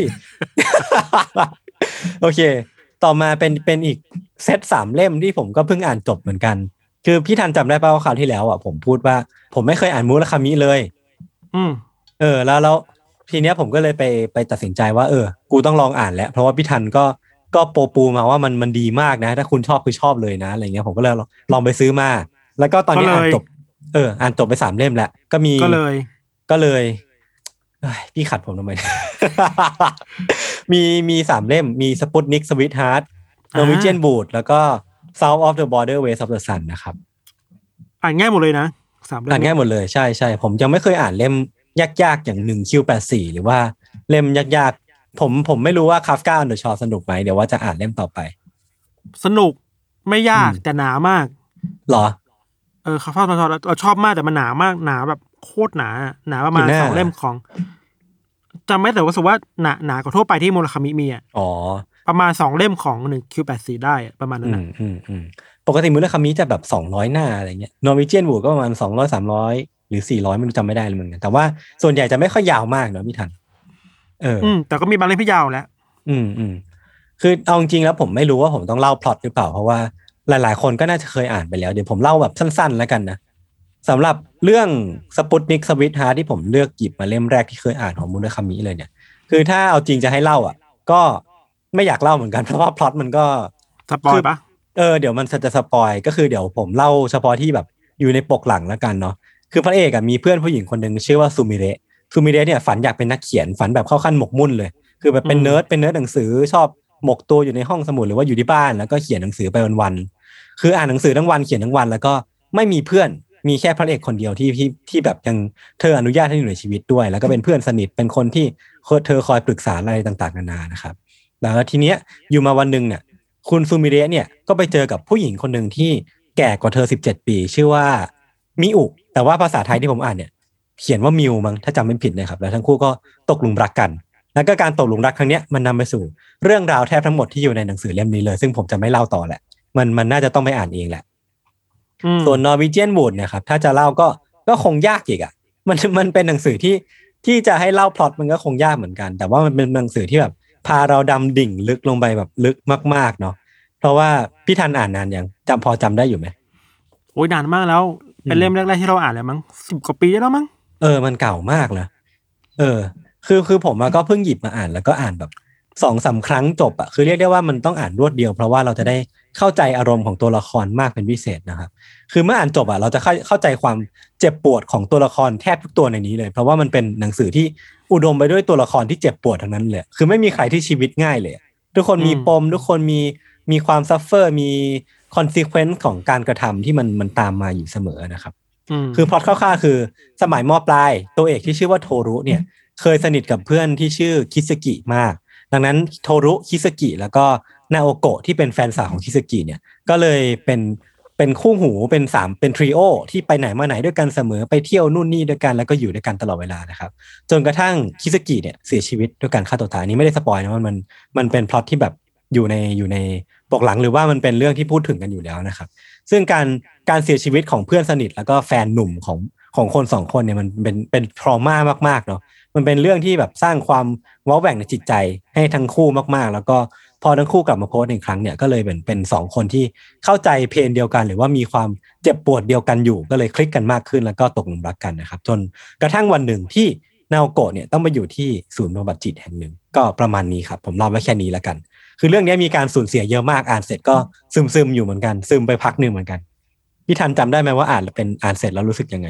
โอเคต่อมาเป็นเป็นอีกเซตสามเล่มที่ผมก็เพิ่งอ่านจบเหมือนกันคือพี่ทันจำได้ป่าวว่าคราวที่แล้วอ่ะผมพูดว่าผมไม่เคยอ่านมุราคามิเลยอืมเออแล้วแล้วทีเนี้ยผมก็เลยไปไปตัดสินใจว่าเออกูต้องลองอ่านแล้วเพราะว่าพี่ทันก็ก็โปรปูมาว่ามันมันดีมากนะถ้าคุณชอบคือชอบเลยนะอะไรเงี้ยผมก็เลยลองไปซื้อมาแล้วก็ตอนนี้อ่านจบเอออ่านจบไปสามเล่มแล้วก็มีก็เลยก็เลยพี่ขัดผมทำไม มีมีสามเล่มมีสปุตนิกสวิตฮาร์ทโนวิเจียนบูทแล้วก็ South of the Border Ways of the Sun นะครับอ่านง่ายหมดเลยนะสามเล่มอ่านง่ายหมดเลยใช่ใช่ผมยังไม่เคยอ่านเล่มยากๆอย่างหนึ่ง คิว แปดสิบสี่ หรือว่าเล่มยากๆผมผมไม่รู้ว่า Kafka on the Shore สนุกไหมเดี๋ยวว่าจะอ่านเล่มต่อไปสนุกไม่ยากแต่หนามากหรอเออ Kafka on the Shore เราชอบมากแต่มันหนามากหนาแบบโคตรหนาหนาประมาณสองเล่มของจำไม่แต่ว่าสมมติว่าหนาหนากว่าทั่วไปที่มุราคามิมีอ่ะอ๋อประมาณสองเล่มของหนึ่ง คิว แปดสิบสี่ ได้ประมาณนั้นนะอืมอืมปกติมุราคามิจะแบบสองร้อยหน้าอะไรเงี้ยนอร์วีเจียนบูก็ประมาณสองร้อย สามร้อยหรือสี่ร้อยไม่รู้จำไม่ได้เลยเหมือนกันแต่ว่าส่วนใหญ่จะไม่ค่อยยาวมากเนาะพี่ทันเอออืมแต่ก็มีบางเล่มที่ยาวแล้วอืมอืมคือเอาจริงๆแล้วผมไม่รู้ว่าผมต้องเล่าพล็อตหรือเปล่าเพราะว่าหลายๆคนก็น่าจะเคยอ่านไปแล้วเดี๋ยวผมเล่าแบบสั้นๆแล้วกันนะสำหรับเรื่องสปุตนิกสวิตฮาร์ทที่ผมเลือกหยิบมาเล่มแรกที่เคยอ่านของมุราคามิเลยเนี่ยคือถ้าเอาจริงจะให้เล่าอ่ะก็ไม่อยากเล่าเหมือนกันเพราะว่าพล็อตมันก็สปอยปะเออเดี๋ยวมันจะสปอยก็คือเดี๋ยวผมเล่าเฉพาะที่แบบอยู่ในปกหลังแล้วกันเนาะคือพระเอกอ่ะมีเพื่อนผู้หญิงคนหนึ่งชื่อว่าซูมิเระซูมิเระเนี่ยฝันอยากเป็นนักเขียนฝันแบบเข้าขั้นหมกมุ่นเลยคือแบบเป็นเนิร์ดเป็นเนิร์ดหนังสือชอบหมกตัวอยู่ในห้องสมุดหรือว่าอยู่ที่บ้านแล้วก็เขียนหนังสือไปวันๆคืออ่านหนังสือทั้งวันเขียนทั้งวันแล้วก็ไม่มีเพื่อนมีแค่พระเอกคนเดียวที่ที่ที่แบบยังเธออนุญาตให้อยู่ในชีวิตด้วยแล้วก็เป็นเพื่อนสนิทเป็นคนที่เธอคอยปรึกษาอะไรต่างๆนานานะครับแล้วทีเนี้ยอยู่มาวันนึงเนี่ยคุณซูมิเระเนี่ยก็ไปเจอกับผู้หญิงคนนึงที่แก่กว่าเธอสิบเจ็ดปีชื่อว่ามิอุแต่ว่าภาษาไทยที่ผมอ่านเนี่ยเขียนว่ามิวมั้งถ้าจำไม่ผิดนะครับแล้วทั้งคู่ก็ตกหลุมรักกันแล้วก็การตกหลุมรักครั้งเนี้ยมันนำไปสู่เรื่องราวแทบทั้งหมดที่อยู่ในหนังสือเล่มนี้เลยซึ่งผมจะไม่เล่าต่อแหละมันมันน่าจะต้องไปอ่านเองแหละส่วน Norwegian Wood เนี่ยครับถ้าจะเล่าก็ก็คงยากอีกอ่ะมันมันเป็นหนังสือที่ที่จะให้เล่าพล็อตมันก็คงยากเหมือนกันแต่ว่ามันเป็นหนังสือที่แบบพาเราดำดิ่งลึกลงไปแบบลึกมากๆเนาะเพราะว่าพี่ทันอ่านนานยังจำพอจำได้อยู่ไหมโอ้ยนานมากแล้วเป็นเล่มแรกๆที่เราอ่านเลยมั้งสิบกว่าปีแล้วมั้งเออมันเก่ามากเลยเออคือคือผมก็เพิ่งหยิบมาอ่านแล้วก็อ่านแบบสองสามครั้งจบอ่ะคือเรียกได้ว่ามันต้องอ่านรวดเดียวเพราะว่าเราจะได้เข้าใจอารมณ์ของตัวละครมากเป็นพิเศษนะครับคือเมื่ออ่านจบอ่ะเราจะเข้าเข้าใจความเจ็บปวดของตัวละครแทบทุกตัวในนี้เลยเพราะว่ามันเป็นหนังสือที่อุดมไปด้วยตัวละครที่เจ็บปวดทั้งนั้นเลยคือไม่มีใครที่ชีวิตง่ายเลยทุกคนมีปมทุกคนมีมีความซัฟเฟอร์มีคอนซีเควนซ์ของการกระทำที่มันมันตามมาอยู่เสมอนะครับคือพล็อตคร่าวๆคือสมัยม.ปลายตัวเอกที่ชื่อว่าโทรุเนี่ยเคยสนิทกับเพื่อนที่ชื่อคิสกิมากดังนั้นโทรุคิสกิแล้วก็นาโอโกะที่เป็นแฟนสาวของคิสกิเนี่ยก็เลยเป็นเป็นคู่หูเป็นสามเป็นทริโอที่ไปไหนมาไหนด้วยกันเสมอไปเที่ยวนู่นนี่ด้วยกันแล้วก็อยู่ด้วยกันตลอดเวลานะครับจนกระทั่งคิสกิเนี่ยเสียชีวิตด้วยการฆ่าตัวตายนี้ไม่ได้สปอยนะว่ามันมันเป็นพล็อตที่แบบอยู่ในอยู่ในปกหลังหรือว่ามันเป็นเรื่องที่พูดถึงกันอยู่แล้วนะครับซึ่งการการเสียชีวิตของเพื่อนสนิทแล้วก็แฟนหนุ่มของของคนสองคนเนี่ยมันเป็นเป็นทรมามากๆเนาะมันเป็นเรื่องที่แบบสร้างความว้าวแหว่งในจิตใจให้ทั้งคู่มากๆแล้วก็พอทั้งคู่กลับมาโพสต์อีกครั้งเนี่ยก็เลยเป็นเป็นสองคนที่เข้าใจเพนเดียวกันหรือว่ามีความเจ็บปวดเดียวกันอยู่ก็เลยคลิกกันมากขึ้นแล้วก็ตกหลุมรักกันนะครับจนกระทั่งวันหนึ่งที่นาโอโกะเนี่ยต้องมาอยู่ที่ศูนย์บำบัดจิตแห่งหนึ่งก็ประมาณนี้ครับผมเล่าไว้แค่นี้แล้วกันคือเรื่องนี้มีการสูญเสียเยอะมากอ่านเสร็จก็ซึมๆอยู่เหมือนกันซึมไปพักนึงเหมือนกันพี่ทันจำได้ไหมว่าอ่านเป็นอ่านเสร็จแล้วรู้สึกยังไง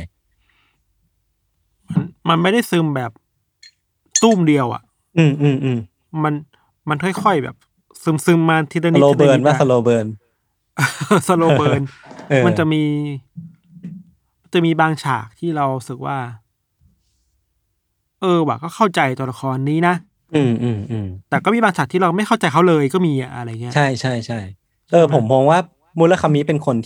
มันไม่ได้ซึมแบบตุ้มเดียวอ่ะอืมอืมอืมมันมันค่อยๆแบบซึมซึมมาทีละนิดสโลเบิร์นว่าสโลเบิร์นสโลเบิร์นมันจะมีจะมีบางฉากที่เราสึกว่าเออว่ะก็เข้าใจตัวละครนี้นะอืมอืมอืมแต่ก็มีบางฉากที่เราไม่เข้าใจเขาเลยก็มีอะไรเงี้ยใช่ใช่ใช่เออผมมองว่ามุราคามิเป็นคนที่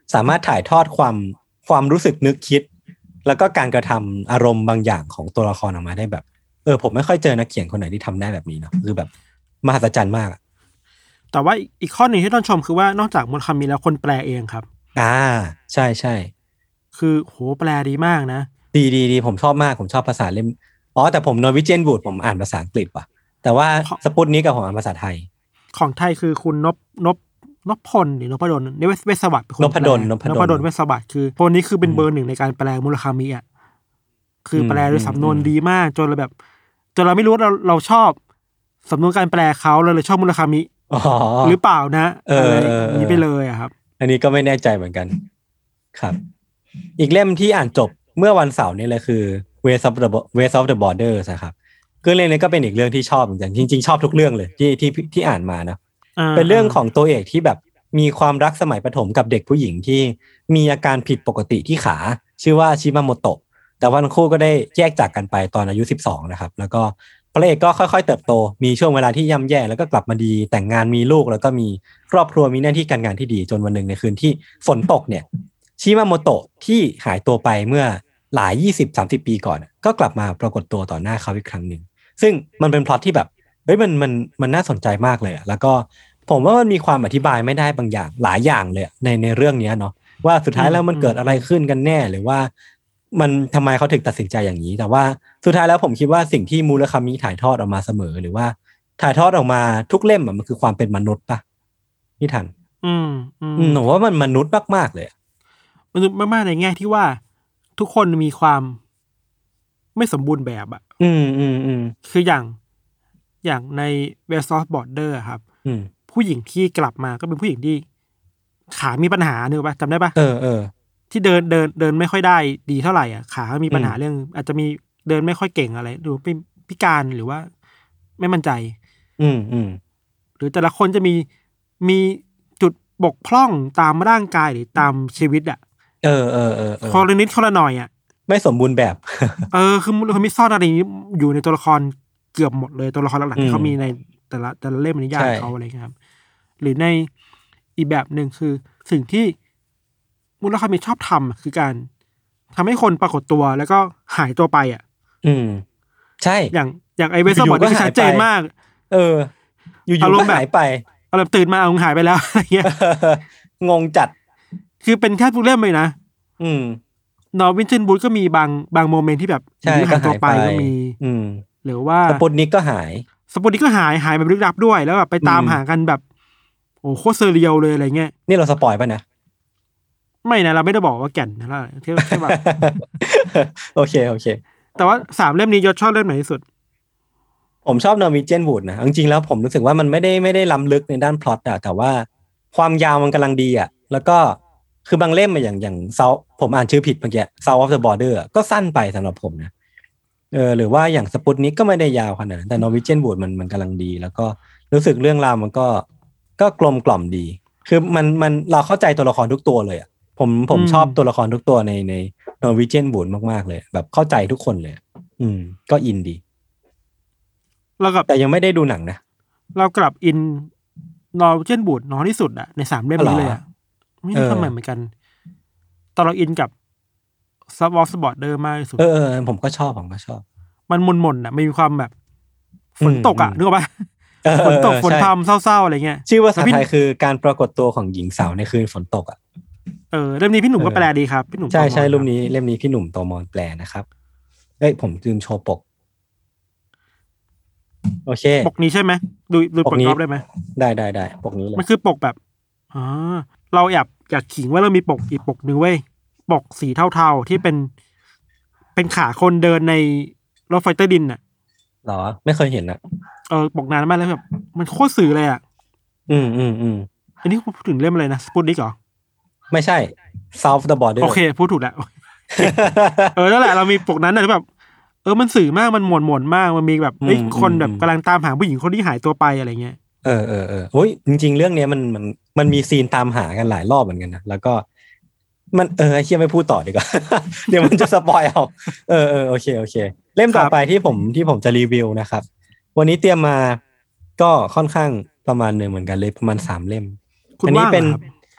สามารถถ่ายทอดความความรู้สึกนึกคิดแล้วก็การกระทำอารมณ์บางอย่างของตัวละครออกมาได้แบบเออผมไม่ค่อยเจอนักเขียนคนไหนที่ทำได้แบบนี้เนาะคือแบบมหัศจรรย์มากแต่ว่าอีกข้อหนึ่งที่ต้องชมคือว่านอกจากมุราคามิแล้วคนแปลเองครับอ่าใช่ใช่คือโหแปลดีมากนะดีดีดีผมชอบมากผมชอบภาษาเล่มอ๋อแต่ผมนอร์วิเจียนบูดผมอ่านภาษาอังกฤษว่ะแต่ว่าสปุตนิกกับผมอ่านภาษาไทยของไทยคือคุณนพนพนพพลหรือนพดลนี่เวสวัสดิ์เป็นคนนพดลนพดลเวสวัสดิ์คือคนนี้คือเป็นเบอร์หนึ่งในการแปลมุราคามิอ่ะคือแปลด้วยสำนวนดีมากจนเราแบบจนเราไม่รู้เราเราชอบสำนวนการแปลเขาเราเลยชอบมุราคามิหรือเปล่านะอะไรนี้ไปเลยอะครับอันนี้ก็ไม่แน่ใจเหมือนกันครับอีกเล่มที่อ่านจบเมื่อวันเสาร์นี้เลยคือ Ways of the Ways of the Borders นะครับคือเรื่องนี้ก็เป็นอีกเรื่องที่ชอบเหมือนกันจริงๆชอบทุกเรื่องเลยที่ที่ที่อ่านมานะเป็นเรื่องของตัวเอกที่แบบมีความรักสมัยประถมกับเด็กผู้หญิงที่มีอาการผิดปกติที่ขาชื่อว่าชิมาโมโตะแต่ว่าทั้งคู่ก็ได้แยกจากกันไปตอนอายุสิบสองนะครับแล้วก็พระเอกก็ค่อยๆเติบโตมีช่วงเวลาที่ย่ำแย่แล้วก็กลับมาดีแต่งงานมีลูกแล้วก็มีครอบครัวมีหน้าที่การงานที่ดีจนวันหนึ่งในคืนที่ฝนตกเนี่ยชิมาโมโตะที่หายตัวไปเมื่อหลาย ยี่สิบถึงสามสิบ ปีก่อนก็กลับมาปรากฏตัวต่อหน้าเขาอีกครั้งนึงซึ่งมันเป็นพล็อตที่แบบเฮ้ยมันมันมันน่าสนใจมากเลยอ่ะแล้วก็ผมว่ามันมีความอธิบายไม่ได้บางอย่างหลายอย่างเลยในในเรื่องนี้เนาะว่าสุดท้ายแล้วมันเกิดอะไรขึ้นกันแน่หรือว่ามันทำไมเขาถึงตัดสินใจอย่างนี้แต่ว่าสุดท้ายแล้วผมคิดว่าสิ่งที่มูราคามิถ่ายทอดออกมาเสมอหรือว่าถ่ายทอดออกมาทุกเล่มมันคือความเป็นมนุษย์ป่ะพี่ทันอืมอืมผมว่ามันมนุษย์มากๆเลยมนุษย์มากๆในแง่ที่ว่าทุกคนมีความไม่สมบูรณ์แบบอ่ะอืมอืมอืมคืออย่างอย่างใน West of Border ครับผู้หญิงที่กลับมาก็เป็นผู้หญิงที่ขามีปัญหาเนี่ยป่ะจำได้ป่ะเออเออที่เดินเดินเดินไม่ค่อยได้ดีเท่าไหร่อ่ะขามีปัญหาเรื่องอาจจะมีเดินไม่ค่อยเก่งอะไรดูเป็นพิการหรือว่าไม่มั่นใจอืมอืมหรือแต่ละคนจะมีมีจุดบกพร่องตามร่างกายหรือตามชีวิตอ่ะเออเออเออคนละนิดคนละหน่อยอ่ะไม่สมบูรณ์แบบเออคือมันมีซ่อนอะไรนี้อยู่ในตัวละครเกือบหมดเลยตัวละครหลักๆที่เขามีในแต่ละแต่ละเล่มนิยายเขาอะไรครับหรือในอีกแบบหนึ่งคือสิ่งที่มูราคามิชอบทำคือการทำให้คนปรากฏตัวแล้วก็หายตัวไปอ่ะอืมใช่อย่างอย่างไอเวสบอร์ดที่ชัดเจนมากเอออยู่ๆก็หายไปอารมณ์ตื่นมาเอาหายไปแล้วอะไรเงี้ยงงจัดคือเป็นแค่ทุกเล่มเลยนะอืมนอร์วินเชนบูธก็มีบางบางโมเมนต์ที่แบบหายตัวไปก็มีหรือว่าสปุตนิกก็หายสปุตนิกก็หายหายแบบลึกลับด้วยแล้วแบบไปตามหากันแบบโอ้โคตรเซเรียลเลยอะไรเงี้ยนี่เราสปอยป่ะนะไม่นะเราไม่ได้บอกว่าแก่นนะเราแค่แค่แบบโอเคโอเคแต่ว่าสามเล่มนี้ยศชอบเล่มไหนที่สุดผมชอบนอร์วีเจียนวูดนะจริงๆแล้วผมรู้สึกว่ามันไม่ได้ไม่ได้ล้ำลึกในด้านพล็อตอะแต่ว่าความยาวมันกำลังดีอะแล้วก็คือบางเล่มอย่างอย่างเซาผมอ่านชื่อผิดเมื่อกี้ South of the Border ก็สั้นไปสำหรับผมนะเออหรือว่าอย่างสปุตนิกก็ไม่ได้ยาวขนาดนั้นแต่นอร์วีเจียนวูดมันมันกำลังดีแล้วก็รู้สึกเรื่องราวมันก็ก็กลมกล่อมดีคือมันมันเราเข้าใจตัวละครทุกตัวเลยอะผมผมชอบตัวละครทุกตัวในในนอร์วีเจียนวูดมากๆเลยแบบเข้าใจทุกคนเลยอืมก็อินดีเรากับแต่ยังไม่ได้ดูหนังนะเรากลับอินนอร์วีเจียนวูดน้อยที่สุดอะในสามเล่มนี้เลยอะไม่รู้ทำไมเหมือนกันตอนเราอินกับซับวอลสปอร์ตเดอร์มากที่สุดเออผมก็ชอบผมก็ชอบมันมนมนอ่ะมีความแบบฝนตกอ่ะนึกออกปะฝนตกฝนพรำเศร้าๆอะไรเงี้ยชื่อว่าภาษาไทยคือการปรากฏตัวของหญิงสาวในคืนฝนตกอ่ะเออเล่มนี้พี่หนุ่มก็แปลดีครับพี่หนุ่มใช่ใช่เล่มนี้เล่มนี้พี่หนุ่มโตมอนแปลนะครับเอ้ยผมลืมโชว์ปกโอเคปกนี้ใช่ไหมดูดูปกนี้ได้ไหมได้ได้ได้ปกนี้เลยมันคือปกแบบอ๋อเราอยากอยากขิงว่าเรามีปกอีกปกหนึ่งเว้ยปกสีเทาๆที่เป็นเป็นขาคนเดินในรถไฟใต้ดินน่ะหรอไม่เคยเห็นอ่ะเออปกนานมากแล้วแบบมันโคตรสื่อเลยอ่ะอืมอืมอืมอันนี้พูดถึงเล่มอะไรนะสปุตนิกเหรอไม่ใช่ South of the Border โอเคพูดถูกแล้วเออนั่นแหละเรามีปกนั้นนะแบบเออมันสื่อมากมันหม่นหม่นมากมันมีแบบเอ้ยคนแบบกำลังตามหาผู้หญิงคนที่หายตัวไปอะไรเงี้ยเออเออเออโอ้ยจริงๆเรื่องนี้มันมันมันมีซีนตามหากันหลายรอบเหมือนกันนะแล้วก็มันเออไอ้เหี้ยไม่พูดต่อดีกว่า เดี๋ยวมันจะสปอยเอาเออเออโอเคโอเคเล่มต่อไปที่ผมที่ผมจะรีวิวนะครับวันนี้เตรียมมาก็ค่อนข้างประมาณนึงเหมือนกันเลยประมาณสามเล่มอันนี้เป็น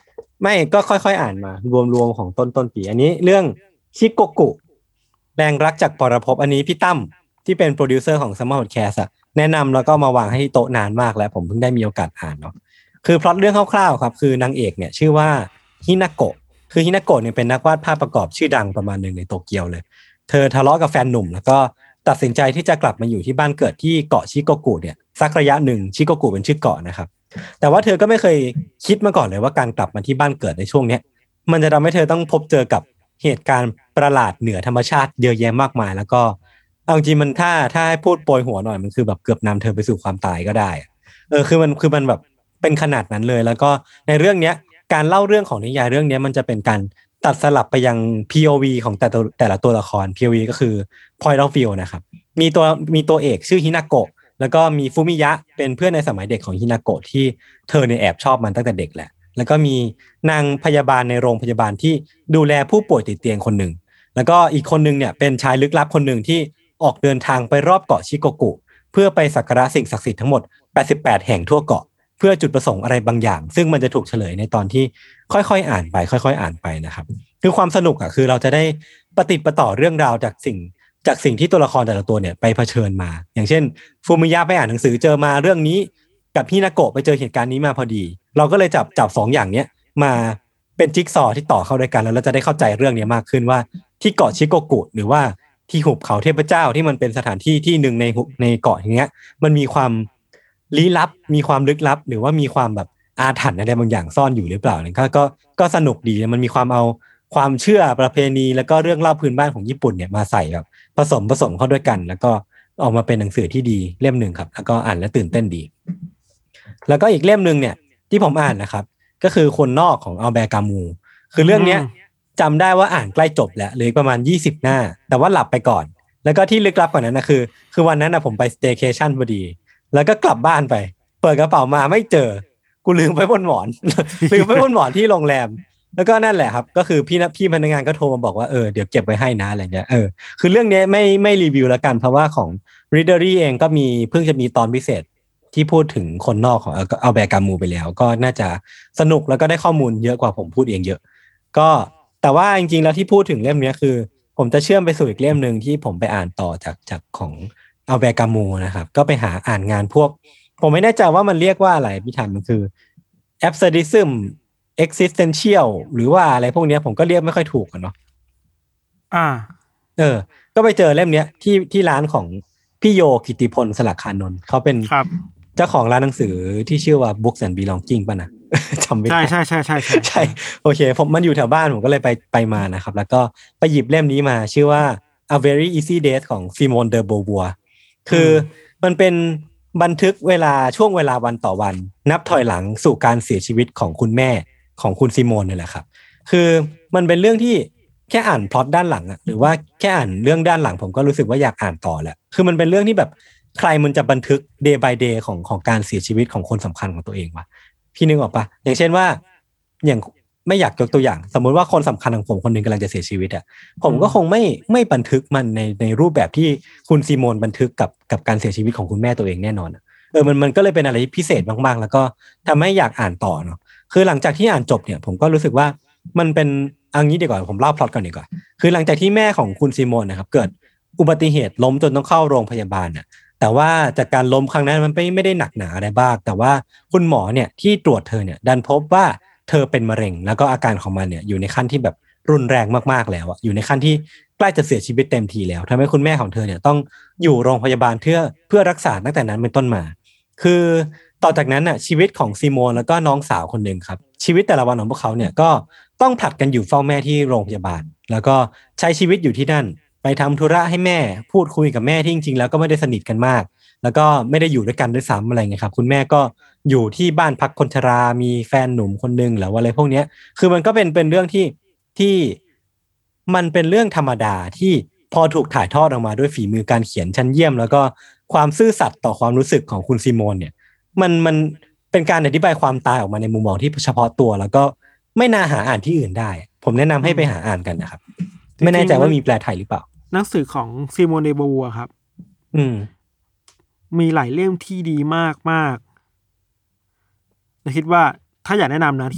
ไม่ก็ค่อยๆอ่านมารวมๆของต้นต้นปีอันนี้เรื่องชิโกกุแรงรักจากปรภพอันนี้พี่ตั้มที่เป็นโปรดิวเซอร์ของ Summer Podcast อ่ะแนะนำแล้วก็มาวางให้ที่โต๊ะนานมากแล้วผมเพิ่งได้มีโอกาสอ่านเนาะคือพล็อตเรื่องคร่าวๆครับคือนางเอกเนี่ยชื่อว่าฮินาโกะคือฮินาโกะเนี่ยเป็นนักวาดภาพประกอบชื่อดังประมาณนึงในโตเกียวเลยเธอทะเลาะกับแฟนหนุ่มแล้วก็ตัดสินใจที่จะกลับมาอยู่ที่บ้านเกิดที่เกาะชิโกกุเนี่ยสักระยะหนึ่งชิโกกุเป็นชื่อเกาะนะครับแต่ว่าเธอก็ไม่เคยคิดมาก่อนเลยว่าการกลับมาที่บ้านเกิดในช่วงเนี้ยมันจะทำให้เธอต้องพบเจอกับเหตุการณ์ประหลาดเหนือธรรมชาติเยอะแยะมากมายแล้วก็เอาจริงมันถ้าถ้าให้พูดโปรยหัวหน่อยมันคือแบบเกือบนำเธอไปสู่ความตายก็ได้เออคือมันคือมันแบบเป็นขนาดนั้นเลยแล้วก็ในเรื่องเนี้ยการเล่าเรื่องของนิยายเรื่องนี้มันจะเป็นการตัดสลับไปยัง พี โอ วี ของแต่แต่ละตัวละคร พี โอ วี ก็คือ point of view นะครับมีตัวมีตัวเอกชื่อฮินาโกะแล้วก็มีฟูมิยะเป็นเพื่อนในสมัยเด็กของฮินาโกะที่เธอเนี่ยแอบชอบมันตั้งแต่เด็กแหละแล้วก็มีนางพยาบาลในโรงพยาบาลที่ดูแลผู้ป่วยติดเตียงคนหนึ่งแล้วก็อีกคนนึงเนี่ยเป็นชายลึกลับคนหนึ่งที่ออกเดินทางไปรอบเกาะชิโกกุเพื่อไปสักการะสิ่งศักดิ์สิทธิ์ทั้งหมดแปดสิบแปดแห่งทั่วเกาะเพื่อจุดประสงค์อะไรบางอย่างซึ่งมันจะถูกเฉลยในตอนที่ค่อยๆอ่านไปค่อยๆอ่านไปนะครับคือความสนุกอ่ะคือเราจะได้ปฏิปต่อเรื่องราวจากสิ่งจากสิ่งที่ตัวละครแต่ละตัวเนี่ยไปเผชิญมาอย่างเช่นฟูมิยะไปอ่านหนังสือเจอมาเรื่องนี้กับฮินาโกะไปเจอเหตุการณ์นี้มาพอดีเราก็เลยจับจับสองอย่างเนี้ยมาเป็นจิ๊กซอว์ที่ต่อเข้าด้วยกันแล้วเราจะได้เข้าใจเรื่องนี้มากขึ้นว่าที่เกาะชิโกกุหรือว่าที่หุบเขาเทพเจ้าที่มันเป็นสถานที่ที่หนึ่งในในเกาะอย่างเงี้ยมันมีความลี้ลับมีความลึกลับหรือว่ามีความแบบอาถรรพ์อะไรบางอย่างซ่อนอยู่หรือเปล่าเนี่ยก็ก็ก็สนุกดีมันมีความเอาความเชื่อประเพณีแล้วก็เรื่องเล่าพื้นบ้านของญี่ปุ่นเนี่ยมาใส่แบบผสมผสมเข้าด้วยกันแล้วก็ออกมาเป็นหนังสือที่ดีเล่มหนึ่งครับแล้วก็อ่านแล้วตื่นเต้นดีแล้วก็อีกเล่มนึงเนี่ยที่ผมอ่านนะครับก็คือคนนอกของอัลแบร์กามูคือเรื่องเนี้ยจำได้ว่าอ่านใกล้จบแล้วเหลือประมาณยี่สิบหน้าแต่ว่าหลับไปก่อนแล้วก็ที่ลึกลับกว่านั้นนะคือคือวันนั้นนะผมไปสเตย์เคชั่นพอดีแล้วก็กลับบ้านไปเปิดกระเป๋ามาไม่เจอกูลืมไปบนหมอน ลืมไปบนหมอนที่โรงแรมแล้วก็นั่นแหละครับก็คือพี่พี่พนักงานก็โทรมาบอกว่าเออเดี๋ยวเก็บไว้ให้นะอะไรเงี้ยเออคือเรื่องนี้ไม่ไม่รีวิวแล้วกันเพราะว่าของ Readery เองก็มีเพิ่งจะมีตอนพิเศษที่พูดถึงคนนอกของอัลแบร์กามูไปแล้วก็น่าจะสนุกแล้วก็ได้ข้อมูลเยอะกว่าผมพูดเองเยอะก็แต่ว่าจริงๆแล้วที่พูดถึงเล่มนี้คือผมจะเชื่อมไปสู่อีกเล่มนึงที่ผมไปอ่านต่อจากจากของอัลแบร์กามูนะครับก็ไปหาอ่านงานพวกผมไม่แน่ใจว่ามันเรียกว่าอะไรพี่ทันมันคือ absurdism existential หรือว่าอะไรพวกนี้ผมก็เรียกไม่ค่อยถูกกันเนาะอ่าเออก็ไปเจอเล่มเนี้ยที่ที่ร้านของพี่โยกิติพลสลักคานนท์เขาเป็นเจ้าของร้านหนังสือที่ชื่อว่า Books and Belonging ป่ะนะ จำไม่ได้ใช่ใช่ใช่ใช่ใช่โอเคผมมันอยู่แถวบ้านผมก็เลยไปไปมานะครับแล้วก็ไปหยิบเล่มนี้มาชื่อว่า A Very Easy Date ของ Simone de Beauvoir คือมันเป็นบันทึกเวลาช่วงเวลาวันต่อวันนับถอยหลังสู่การเสียชีวิตของคุณแม่ของคุณซิโมนนี่แหละครับคือมันเป็นเรื่องที่แค่อ่านพล็อตด้านหลังอะหรือว่าแค่อ่านเรื่องด้านหลังผมก็รู้สึกว่าอยากอ่านต่อแหละคือมันเป็นเรื่องที่แบบใครมันจะบันทึก day by day ของของการเสียชีวิตของคนสำคัญของตัวเองวะพี่นึกออกปะอย่างเช่นว่าอย่างไม่อยากยกตัวอย่างสมมติว่าคนสำคัญของผมคนนึงกำลังจะเสียชีวิตอะผมก็คงไม่ไม่บันทึกมันในในรูปแบบที่คุณซิโมนบันทึกกับกับการเสียชีวิตของคุณแม่ตัวเองแน่นอนเออมันมันก็เลยเป็นอะไรที่พิเศษมากๆแล้วก็ทำให้อยากอ่านต่อเนาะคือหลังจากที่อ่านจบเนี่ยผมก็รู้สึกว่ามันเป็นอันนี้ดีกว่าผมเล่าพล็อตก่อนดีกว่าคือหลังจากที่แม่ของคุณซิโมนนะครับเกิดอุบัติเหตุล้มจนต้องเข้าโรงพยาบาลน่ะแต่ว่าจากการล้มครั้งนั้นมันไม่ไม่ได้หนักหนาอะไรบ้างแต่ว่าคุณหมอเนี่ยที่ตรวจเธอเนี่ยดันพบว่าเธอเป็นมะเร็งแล้วก็อาการของมันเนี่ยอยู่ในขั้นที่แบบรุนแรงมากๆแล้วอ่ะอยู่ในขั้นที่ใกล้จะเสียชีวิตเต็มทีแล้วทำให้คุณแม่ของเธอเนี่ยต้องอยู่โรงพยาบาลเพื่อเพื่อรักษาตั้งแต่นั้นเป็นต้นมาคือต่อจากนั้นน่ะชีวิตของซิโมนแล้วก็น้องสาวคนหนึ่งครับชีวิตแต่ละวันของพวกเขาเนี่ยก็ต้องผลัดกันอยู่เฝ้าแม่ที่โรงพยาบาลแล้วก็ใช้ชีวิตอยู่ที่นั่นไปทำธุระให้แม่พูดคุยกับแม่ที่จริงๆแล้วก็ไม่ได้สนิทกันมากแล้วก็ไม่ได้อยู่ด้วยกันด้วยซ้ำอะไรเงี้ยครับคุณแม่ก็อยู่ที่บ้านพักคนชรามีแฟนหนุ่มคนนึงหรือว่าอะไรพวกนี้คือมันก็เป็นเป็นเรื่องที่ที่มันเป็นเรื่องธรรมดาที่พอถูกถ่ายทอดออกมาด้วยฝีมือการเขียนชั้นเยี่ยมแล้วก็ความซื่อสัตย์ต่อความรู้สึกของคุณซิโมนเนี่ยมันมันเป็นการอธิบายความตายออกมาในมุมมองที่เฉพาะตัวแล้วก็ไม่น่าหาอ่านที่อื่นได้ผมแนะนำให้ไปหาอ่านกันนะครับไม่แน่ใจว่ามีแปลไทยหรือเปล่าหนังสือของซิโมน เด โบวัวครับอืมมีหลายเล่มที่ดีมากมากคิดว่าถ้าอยากแนะนำนะคิดว่า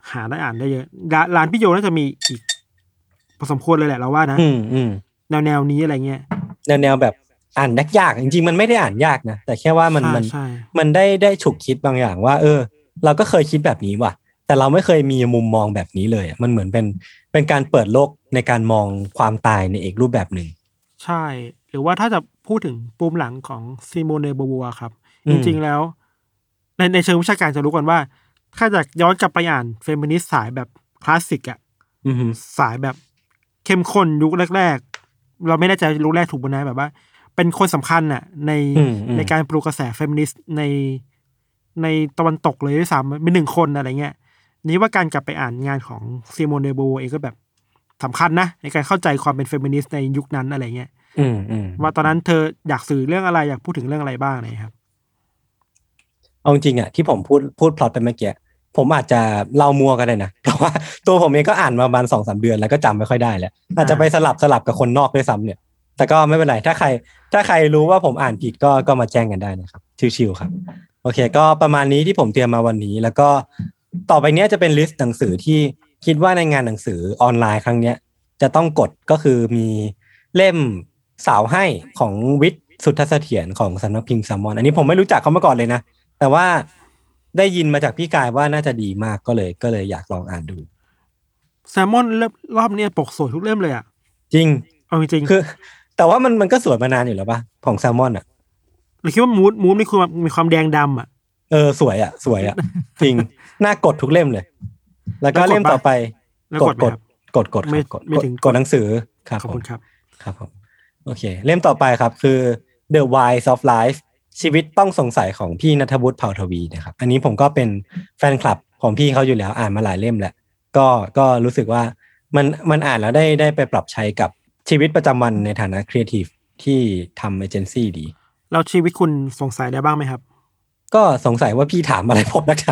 หาได้อ่านได้เยอะร้านร้านพี่โยน่าจะมีอีกพอสมควรเลยแหละเราว่านะอืมอืมแนวแนวนี้อะไรเงี้ยแนวแนวแบบอ่านยากๆจริงๆมันไม่ได้อ่านยากนะแต่แค่ว่ามันใช่มันใช่มันได้ได้ฉุกคิดบางอย่างว่าเออเราก็เคยคิดแบบนี้ว่ะแต่เราไม่เคยมีมุมมองแบบนี้เลยมันเหมือนเป็นเป็นการเปิดโลกในการมองความตายในอีกรูปแบบหนึ่งใช่หรือว่าถ้าจะพูดถึงปูมหลังของซิโมเน โบวัวครับอืจมริงๆแล้ว ในในเชิงวิชาการจะรู้กันว่า ถ้าจะย้อนกลับไปอ่านเฟมินิสต์สายแบบคลาสสิกอะอืมสายแบบเข้มข้นยุคแรกๆ เราไม่แน่ใจยุคแรกถูกปะนะแบบว่า เป็นคนสำคัญน่ะในอืมอืมในการปลุกกระแสเฟมินิสต์ในในตะวันตกเลยด้วยซ้ำเป็นหนึ่งคนอะไรเงี้ยนี้ว่าการกลับไปอ่านงานของซิโมเน โบวัวเองก็แบบสำคัญนะในการเข้าใจความเป็นเฟมินิสต์ในยุคนั้นอะไรเงี้ยอืมอืมว่าตอนนั้นเธออยากสื่อเรื่องอะไรอยากพูดถึงเรื่องอะไรบ้างนะครับเอาจริงๆอ่ะที่ผมพูดพูดพล็อตไปเมื่อกี้ผมอาจจะเล่ามัวก็ได้นะแต่ว่าตัวผมเองก็อ่านมาประมาณสองสามเดือนแล้วก็จำไม่ค่อยได้แล้วอาจจะไปสลับสลับกับคนนอกด้วยซ้ำเนี่ยแต่ก็ไม่เป็นไรถ้าใครถ้าใครรู้ว่าผมอ่านผิดก็ก็มาแจ้งกันได้นะครับชิวๆครับโอเคก็ประมาณนี้ที่ผมเตรียมมาวันนี้แล้วก็ต่อไปเนี้ยจะเป็นลิสต์หนังสือที่คิดว่าในงานหนังสือออนไลน์ครั้งเนี้ยจะต้องกดก็คือมีเล่มสาวให้ของวิทย์สุทธเสถียรของสำนักพิมพ์แซมมอนอันนี้ผมไม่รู้จักเขามาก่อนเลยนะแต่ว่าได้ยินมาจากพี่กายว่าน่าจะดีมากก็เลยก็เลยอยากลองอ่านดูแซมมอนรอบเนี้ยปกสวยทุกเล่มเลยอ่ะจริงเอาจริงคือ แต่ว่ามันมันก็สวยมานานอยู่แล้วป่ะของแซลมอนอ่ะๆหรือคิดว่ามูดมูดมีความมีความแดงดำอ่ะเออสวยอ่ะสวยอ่ะ จริงน่ากดทุกเล่มเลย แล้วก็แล้วกดเล่มต่อไปแล้วกกดดไหมกดครับกดกดไม่ครับกดไม่ถึงกดหนังสือครับขอบผคุมณครับครับผมโอเค เล่มต่อไปครับคือ The Whys of Life ชีวิตต้องสงสัยของพี่ณัฐวุฒิเผ่าทวีนะครับอันนี้ผมก็เป็นแฟนคลับของพี่เขาอยู่แล้วอ่านมาหลายเล่มแหละก็ก็รู้สึกว่ามันมันอ่านแล้วได้ได้ไปปรับใช้กับชีวิตประจำวันในฐานะครีเอทีฟที่ทำเอเจนซี่ดีแล้วชีวิตคุณสงสัยได้บ้างไหมครับก็สงสัยว่าพี่ถามอะไรผมนักหนา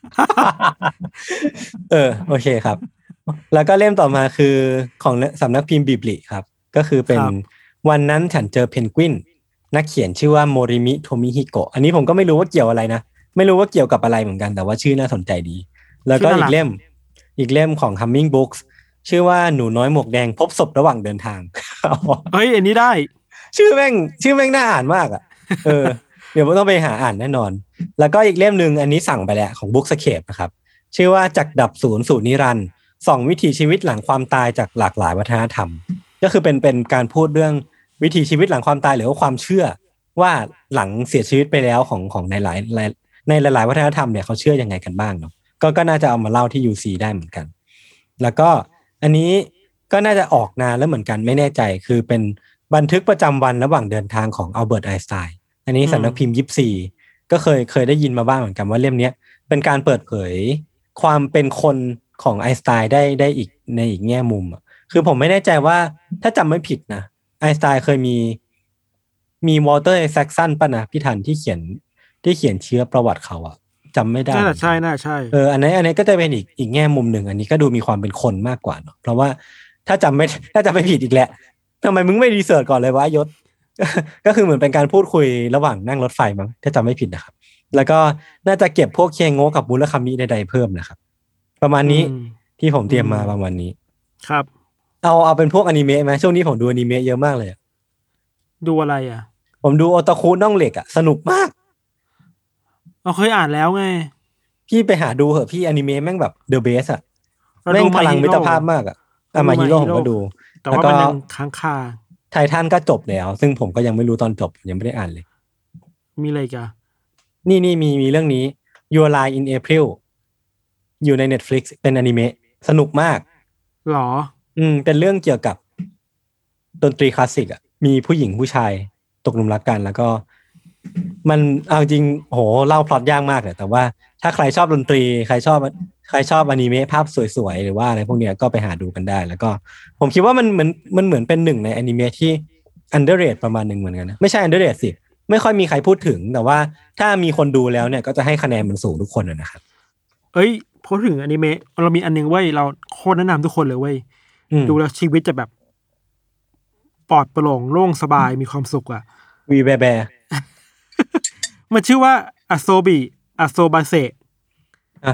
เออโอเคครับ แล้วก็เล่มต่อมาคือของสำนักพิมพ์บิบลิครับก็คือเป็นครับวันนั้นฉันเจอเพนกวินนักเขียนชื่อว่าโมริมิโทมิฮิโกะอันนี้ผมก็ไม่รู้ว่าเกี่ยวอะไรนะไม่รู้ว่าเกี่ยวกับอะไรเหมือนกันแต่ว่าชื่อน่าสนใจดี แล้วก็อีกเล่มอีกเล่มของ Humming Books ชื่อว่าหนูน้อยหมวกแดงพบศพระหว่างเดินทางเฮ้ยอันนี้ได้ชื่อแม่งชื่อแม่งน่าอ่านมากอ่ะ เออ เดี๋ยวผมต้องไปหาอ่านแน่นอน แล้วก็อีกเล่มหนึ่งอันนี้สั่งไปแล้วของ Bookscape นะครับชื่อว่าจากดับศูนย์สู่นิรันดร์สองวิถีชีวิตหลังความตายจากหลากหลายวัฒนธรรม ก็คือเป็นเป็นการพูดเรื่องวิถีชีวิตหลังความตายหรือว่าความเชื่อว่าหลังเสียชีวิตไปแล้วของของในหลายในหลายๆวัฒนธรรมเนี่ยเขาเชื่อยังไงกันบ้างเนาะก็ก็น่าจะเอามาเล่าที่ ยู ซี ได้เหมือนกัน แล้วก็อันนี้ก็น่าจะออกนานแล้วเหมือนกันไม่แน่ใจคือเป็นบันทึกประจำวันระหว่างเดินทางของอัลเบิร์ตไอน์สไตน์อันนี้สำนักพิมพ์ยิปซีก็เคยเคยได้ยินมาบ้างเหมือนกันว่าเล่มนี้เป็นการเปิดเผยความเป็นคนของไอน์สไตน์ได้ได้อีกในอีกแง่มุมอ่ะคือผมไม่แน่ใจว่าถ้าจำไม่ผิดนะไอน์สไตน์เคยมีมีวอลเตอร์ไอแซคสันป่ะนะพี่ทันที่เขียนที่เขียนเชื้อประวัติเขาอ่ะจำไม่ได้น่าจะใช่น่าใช่เอออันนี้อันนี้ก็จะเป็นอีกอีกแง่มุมหนึ่งอันนี้ก็ดูมีความเป็นคนมากกว่าเนอะเพราะว่าถ้าจำไม่ถ้าจำไม่ผิดอีกแหละทำไมมึงไม่รีเสิร์ชก่อนเลยวะยศ ก็คือเหมือนเป็นการพูดคุยระหว่างนั่งรถไฟมั้งถ้าจำไม่ผิดนะครับแล้วก็น่าจะเก็บพวกเคงโง่กับมูลคามิใดๆเพิ่มนะครับประมาณนี้อืมที่ผมเตรียมมาประมาณนี้ครับเอาเอาเป็นพวกอนิเมะไหมช่วงนี้ผมดูอนิเมะเยอะมากเลยอะดูอะไรอ่ะผมดูโอตาคุน่องเหล็กอ่ะสนุกมากเราเคยอ่านแล้วไงพี่ไปหาดูเหอะพี่อนิเมะแม่งแบบเดอะเบสอ่ะเราแม่ดูงพลัง My มิตร Hero ภาพมากอ่ะเราอ่ะดูมาฮีโร่ My ผม Hero ก็ดูแต่ว่ามันยังค้างคาไททันก็จบแล้วซึ่งผมก็ยังไม่รู้ตอนจบยังไม่ได้อ่านเลยมีอะไรอีกันนี่นี่มีมีเรื่องนี้ Your Lie in April อยู่ใน Netflix เป็นอนิเมะสนุกมากหรออืมเป็นเรื่องเกี่ยวกับดนตรีคลาสสิกอ่ะมีผู้หญิงผู้ชายตกหลุมรักกันแล้วก็มันเอาจริงโหเล่าพล็อตยากมากเลยแต่ว่าถ้าใครชอบดนตรีใครชอบใครชอบอนิเมะภาพสวยๆหรือว่าอะไรพวกเนี้ยก็ไปหาดูกันได้แล้วก็ผมคิดว่ามันเหมือนมันเหมือนเป็นหนึ่งในอนิเมะที่ underrated ประมาณหนึ่งเหมือนกันนะไม่ใช่ underrated สิไม่ค่อยมีใครพูดถึงแต่ว่าถ้ามีคนดูแล้วเนี่ยก็จะให้คะแนนมันสูงทุกคนนะครับเอ้ยพูดถึงอนิเมะเรามีอันนึงเว้ยเราโคตรแนะนำทุกคนเลยเว้ยอืมดูแล้วชีวิตจะแบบปลอดโปร่งโล่งสบายมีความสุขอ่ะวีแบแบมันชื่อว่าอโซบิอโซบาเซอ่ะ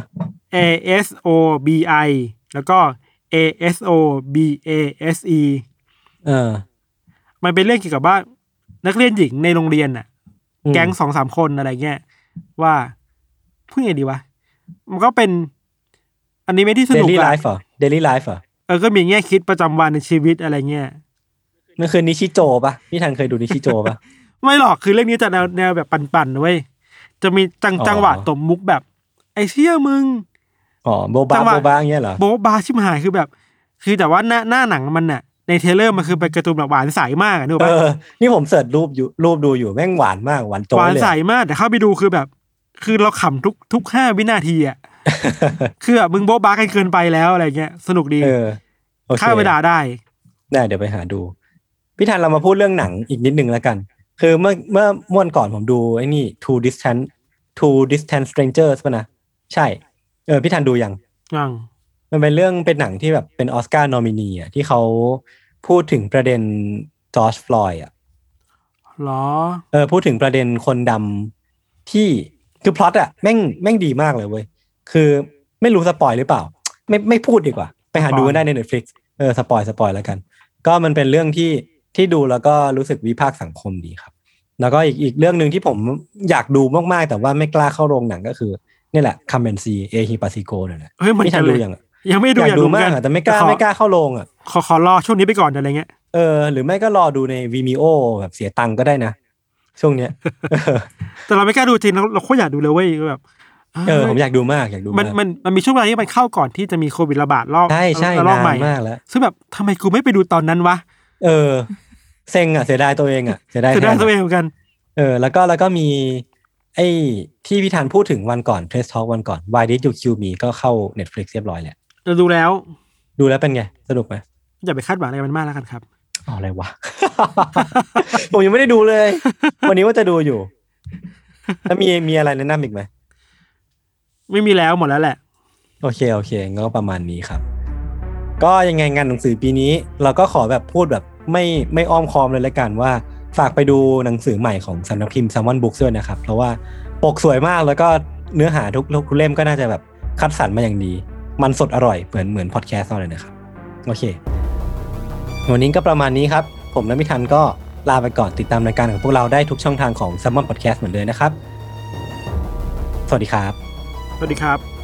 A S O B I แล้วก็ A S O B A S E เออมันเป็นเรื่องเกี่ยวกับว่านักเรียนหญิงในโรงเรียนน่ะแก๊ง สองสาม คนอะไรเงี้ยว่าพูดยังไงดีวะมันก็เป็นอันนี้ไม่ที่สนุกอะ Daily Life เหรอ Daily Life เหรอเออก็มีแง่คิดประจำวันในชีวิตอะไรเงี้ยมันคือนิชิโจป่ะพี่ทันเคยดูนิชิโจป่ะไม่หรอกคือเรื่องนี้จะแนวแนวแบบปั่นๆเว้ยจะมีจังจังหวะตบมุกแบบไอ้เชี่ยมึงอ๋อโบบาโบบาอย่างเงี้ยเหรอโบบาชิบหายคือแบบคือแต่ว่าหน้าหน้าหนังมันน่ะในเทเลอร์มันคือเป็นการ์ตูนแบบหวานใสมากอ่ะนึกออกป่ะเออนี่ผมเสิร์ชรูปอยู่รูปดูอยู่แม่งหวานมากหวานโจ๊ะเลยหวานใสมากแต่เข้าไปดูคือแบบคือเราขำทุกทุกห้าวินาทีอ่ะ คือแบบมึงโบ๊ะบ้ากันเกินไปแล้วอะไรเงี้ยสนุกดีเออโอเคข้าเวลาได้ได้เดี๋ยวไปหาดูพี่ทันเรามาพูดเรื่องหนังอีกนิดนึงแล้วกันคือเมื่อเมื่อม่วนก่อนผมดูไอ้นี่ Two Distant Two Distant Strangers ป่ะนะใช่เออพี่ทันดูยังยังมันเป็นเรื่องเป็นหนังที่แบบเป็นออสการ์นอมินีอ่ะที่เขาพูดถึงประเด็นจอร์จฟลอยด์อ่ะหรอเออพูดถึงประเด็นคนดำที่คือพล็อตอ่ะแม่งแม่งดีมากเลยเว้ยคือไม่รู้สปอยหรือเปล่าไม่ไม่พูดดีกว่าไปหาดูกันได้ใน Netflix เออสปอยสปอยแล้วกันก็มันเป็นเรื่องที่ที่ดูแล้วก็รู้สึกวิพากษ์สังคมดีครับแล้วก็อีกอีกเรื่องนึงที่ผมอยากดูมากๆแต่ว่าไม่กล้าเข้าโรงหนังก็คือนี่แหละคัมเบนซีเอฮิปาซิโกเนี่ยแหละไม่ทันดูยังยังไม่ดูอยากดูมากแต่ไม่กล้าไม่กล้าเข้าโรงอ่ะขอขอรอช่วงนี้ไปก่อนอะไรเงี้ยเออหรือไม่ก็รอดูใน Vimeo แบบเสียตังค์ก็ได้นะช่วงเนี้ยแต่เราไม่กล้าดูจริงเราเราโคตรอยากดูเลยเว้ยแบบเออผมอยากดูมากอยากดูมันมันมันมีช่วงเวลาที่มันเข้าก่อนที่จะมีโควิดระบาดรอบใช่ใช่รอบใหม่มากแล้วซึ่งแบบทำไมกูไม่ไปดูตอนนั้นวะเออเซ็งอ่ะเสียดายตัวเองอ่ะเสียดายเสียดายตัวเองเหมือนกันเออแล้วก็แล้วก็มีไอ้ที่พี่ธันพูดถึงวันก่อน Trace Talk วันก่อน Why Did You Kill Me ก็เข้า Netflix เรียบร้อยแล้วเราดูแล้วดูแล้วเป็นไงสนุกไหมอย่าไปคาดหวังอะไรมันมากแล้วกันครับอ๋ออะไรวะ ผมยังไม่ได้ดูเลย วันนี้ว่าจะดูอยู่แล้วมีมีอะไรแนะนำอีกไหมไม่มีแล้วหมดแล้วแหละโอเคโอเคงั้นก็ประมาณนี้ครับก็ยังไงงานหนังสือปีนี้เราก็ขอแบบพูดแบบไม่ไม่อ้อมค้อมเลยละกันว่าฝากไปดูหนังสือใหม่ของสำนักพิมพ์ Salmon Books ด้วยนะครับเพราะว่าปกสวยมากแล้วก็เนื้อหาทุกทุกเล่มก็น่าจะแบบคัดสรรมาอย่างดีมันสดอร่อยเหมือนเหมือนพอดแคสต์เลยนะครับโอเควันนี้ก็ประมาณนี้ครับผมและมิทันก็ลาไปก่อนติดตามรายการของพวกเราได้ทุกช่องทางของ Salmon Podcast เหมือนเดิมนะครับสวัสดีครับสวัสดีครับ